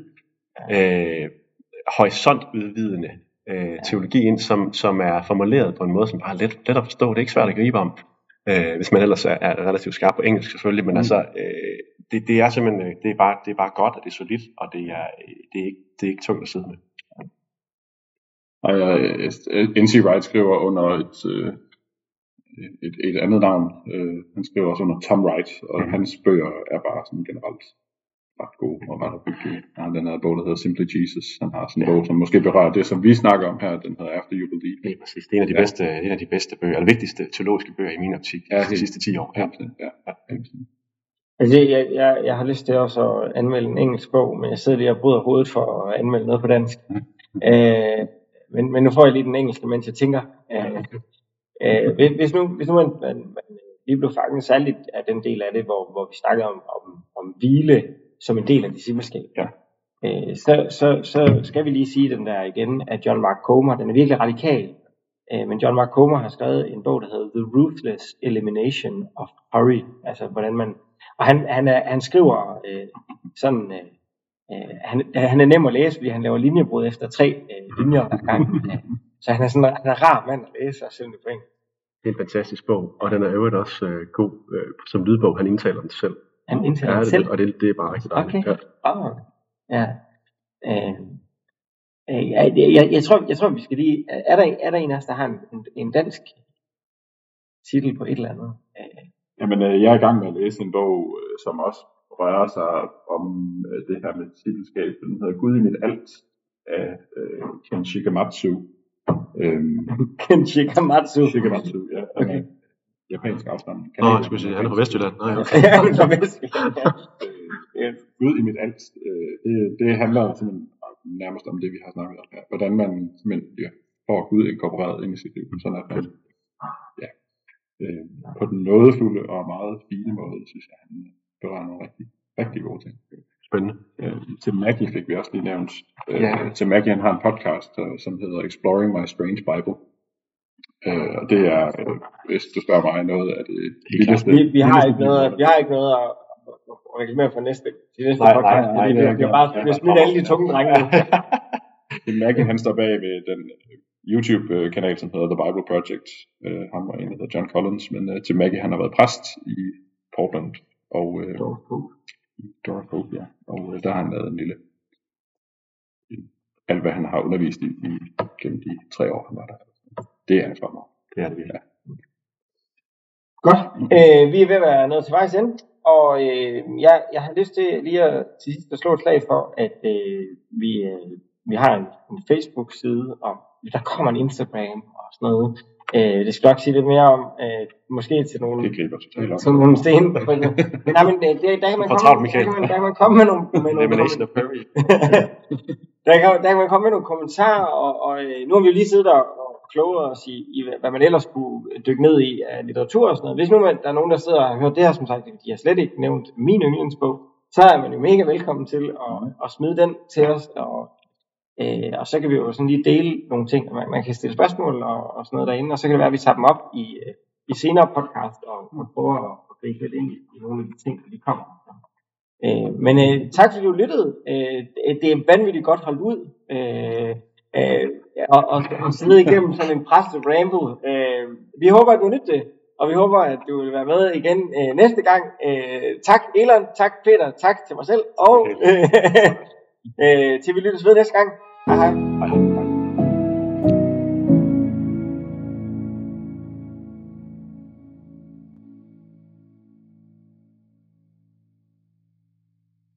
S2: Øh, horisontudvidende øh, teologi ind, som, som er formuleret på en måde, som bare er let, let at forstå. Det er ikke svært at gribe om, øh, hvis man ellers er, er relativt skarp på engelsk selvfølgelig, men mm. altså, øh, det, det er simpelthen, det er, bare, det er bare godt, og det er solidt, og det er, det er, ikke, det er ikke tungt at sidde med.
S3: Og N T Wright skriver under et, et, et andet navn, han skriver også under Tom Wright, og mm. hans bøger er bare sådan generelt ret god og ret opbyggelige. Ja, den her bog, der hedder Simply Jesus. Han har sådan en ja. bog, som måske berører det, som vi snakker om her. Den hedder After You Believe.
S2: Ja, præcis. Det er en af de, ja. bedste, en af de bedste bøger, eller vigtigste teologiske bøger i min optik ja, de sidste ti år.
S3: Ja, ja. ja. ja.
S1: Altså, jeg, jeg, jeg har lyst til også at anmelde en engelsk bog, men jeg sidder lige og bryder hovedet for at anmelde noget på dansk. Mm. Øh, men, men nu får jeg lige den engelske, mens jeg tænker. Øh, øh, hvis nu, hvis nu man, man, man lige blev fanget særligt af den del af det, hvor, hvor vi snakkede om, om, om hvile, som en del af discipleskab. Ja. Øh, så, så, så skal vi lige sige den der igen, at John Mark Comer, den er virkelig radikal. Øh, men John Mark Comer har skrevet en bog, der hedder The Ruthless Elimination of Hurry. Altså hvordan man, og han, han, er, han skriver øh, sådan, øh, han, han er nem at læse, fordi han laver linjebrud efter tre øh, linjer ad gangen. Så han er sådan han er rar mand at læse, og selvom det på engelsk.
S2: Det er en fantastisk bog, og den er øvrigt også øh, god øh, som lydbog. Han indtaler den selv.
S1: Han indtaler
S2: ja,
S1: det selv?
S2: Og det, det er bare rigtig dejligt.
S1: Okay. Ja. Oh. Ja. Øh, øh, jeg, jeg, jeg, tror, jeg tror, vi skal lige... Er der, er der en af os, der har en, en, en dansk titel på et eller andet? Øh.
S3: Jamen, øh, jeg er i gang med at læse en bog, øh, som også rører sig om øh, det her med titelskab. Den hedder Gud i mit alt af øh, Ken Shikamatsu. Øhm,
S1: Ken Shikamatsu?
S3: Shikamatsu, ja.
S1: Okay.
S3: Japansk afstamning.
S2: Nå, jeg skulle sige, han er fra Vestjylland. Nå, ja.
S1: Ja, han er fra Vestjylland, ja.
S3: Gud i mit alt, øh, det, det handler simpelthen nærmest om det, vi har snakket om her. Hvordan man simpelthen ja, får Gud inkorporeret ind i sit liv. Sådan at man, ja, øh, på den nådefulde og meget fine måde, synes jeg, han berører nogle rigtig, rigtig gode ting.
S2: Spændende.
S3: Øh, til Maggie fik vi også lige nævnt. Øh, ja. Til Maggie, han har en podcast, øh, som hedder Exploring My Strange Bible. Øh, og det er, øh, hvis du spørger mig, noget af det
S1: vildeste. Vi, vi, har ikke noget, vi har ikke noget at, at reklamere for næste, til næste nej, podcast, nej, nej, fordi nej, vi har bare vi smidt alle de tunge drenge.
S3: Maggie, han står bag ved den YouTube-kanal, som hedder The Bible Project. Uh, ham og en, der hedder John Collins, men uh, til Maggie, han har været præst i Portland og uh, Dorf Hope, ja. Og uh, der har han lavet en lille alt hvad han har undervist i, i gennem de tre år, han var der. Det er han for mig.
S2: Det er det virkelig.
S1: Ja. Godt. Øh, vi er ved at være nået til vejs ende, og øh, jeg, jeg har lyst til lige at, til sidst at slå et slag for, at øh, vi, øh, vi har en, en Facebook-side, og der kommer en Instagram og sådan noget. Øh, det skal jeg nok sige lidt mere om, øh, måske til nogle,
S3: det griber totalt op.
S1: Til nogle sten. Nej, men det, der, kan man komme, der, kan man, der kan man komme med nogle, med nogle der, kan, der kan man komme med nogle kommentarer, og, og nu har vi jo lige siddet og klogere os i, i, hvad man ellers kunne dykke ned i af litteratur og sådan noget. Hvis nu man, der er nogen, der sidder og har hørt det her, som sagt, de har slet ikke nævnt min yndlingsbog, så er man jo mega velkommen til at, at smide den til os, og, øh, og så kan vi jo sådan lige dele nogle ting, man, man kan stille spørgsmål og, og sådan noget derinde, og så kan det være, at vi tager dem op i, i senere podcast, og, og prøver at, at gribe lidt ind i, i nogle af de ting, der de kommer. Øh, men øh, tak fordi du lyttede. Øh, det er vanvittigt godt holdt ud. Øh, Øh, og, og, og sidde igennem sådan en præstet ramble. Øh, vi håber, at du nytter det, og vi håber, at du vil være med igen øh, næste gang. Øh, tak Elon, tak Peter, tak til mig selv, og øh, øh, til vi lyttes ved næste gang. Hej hej. Hej.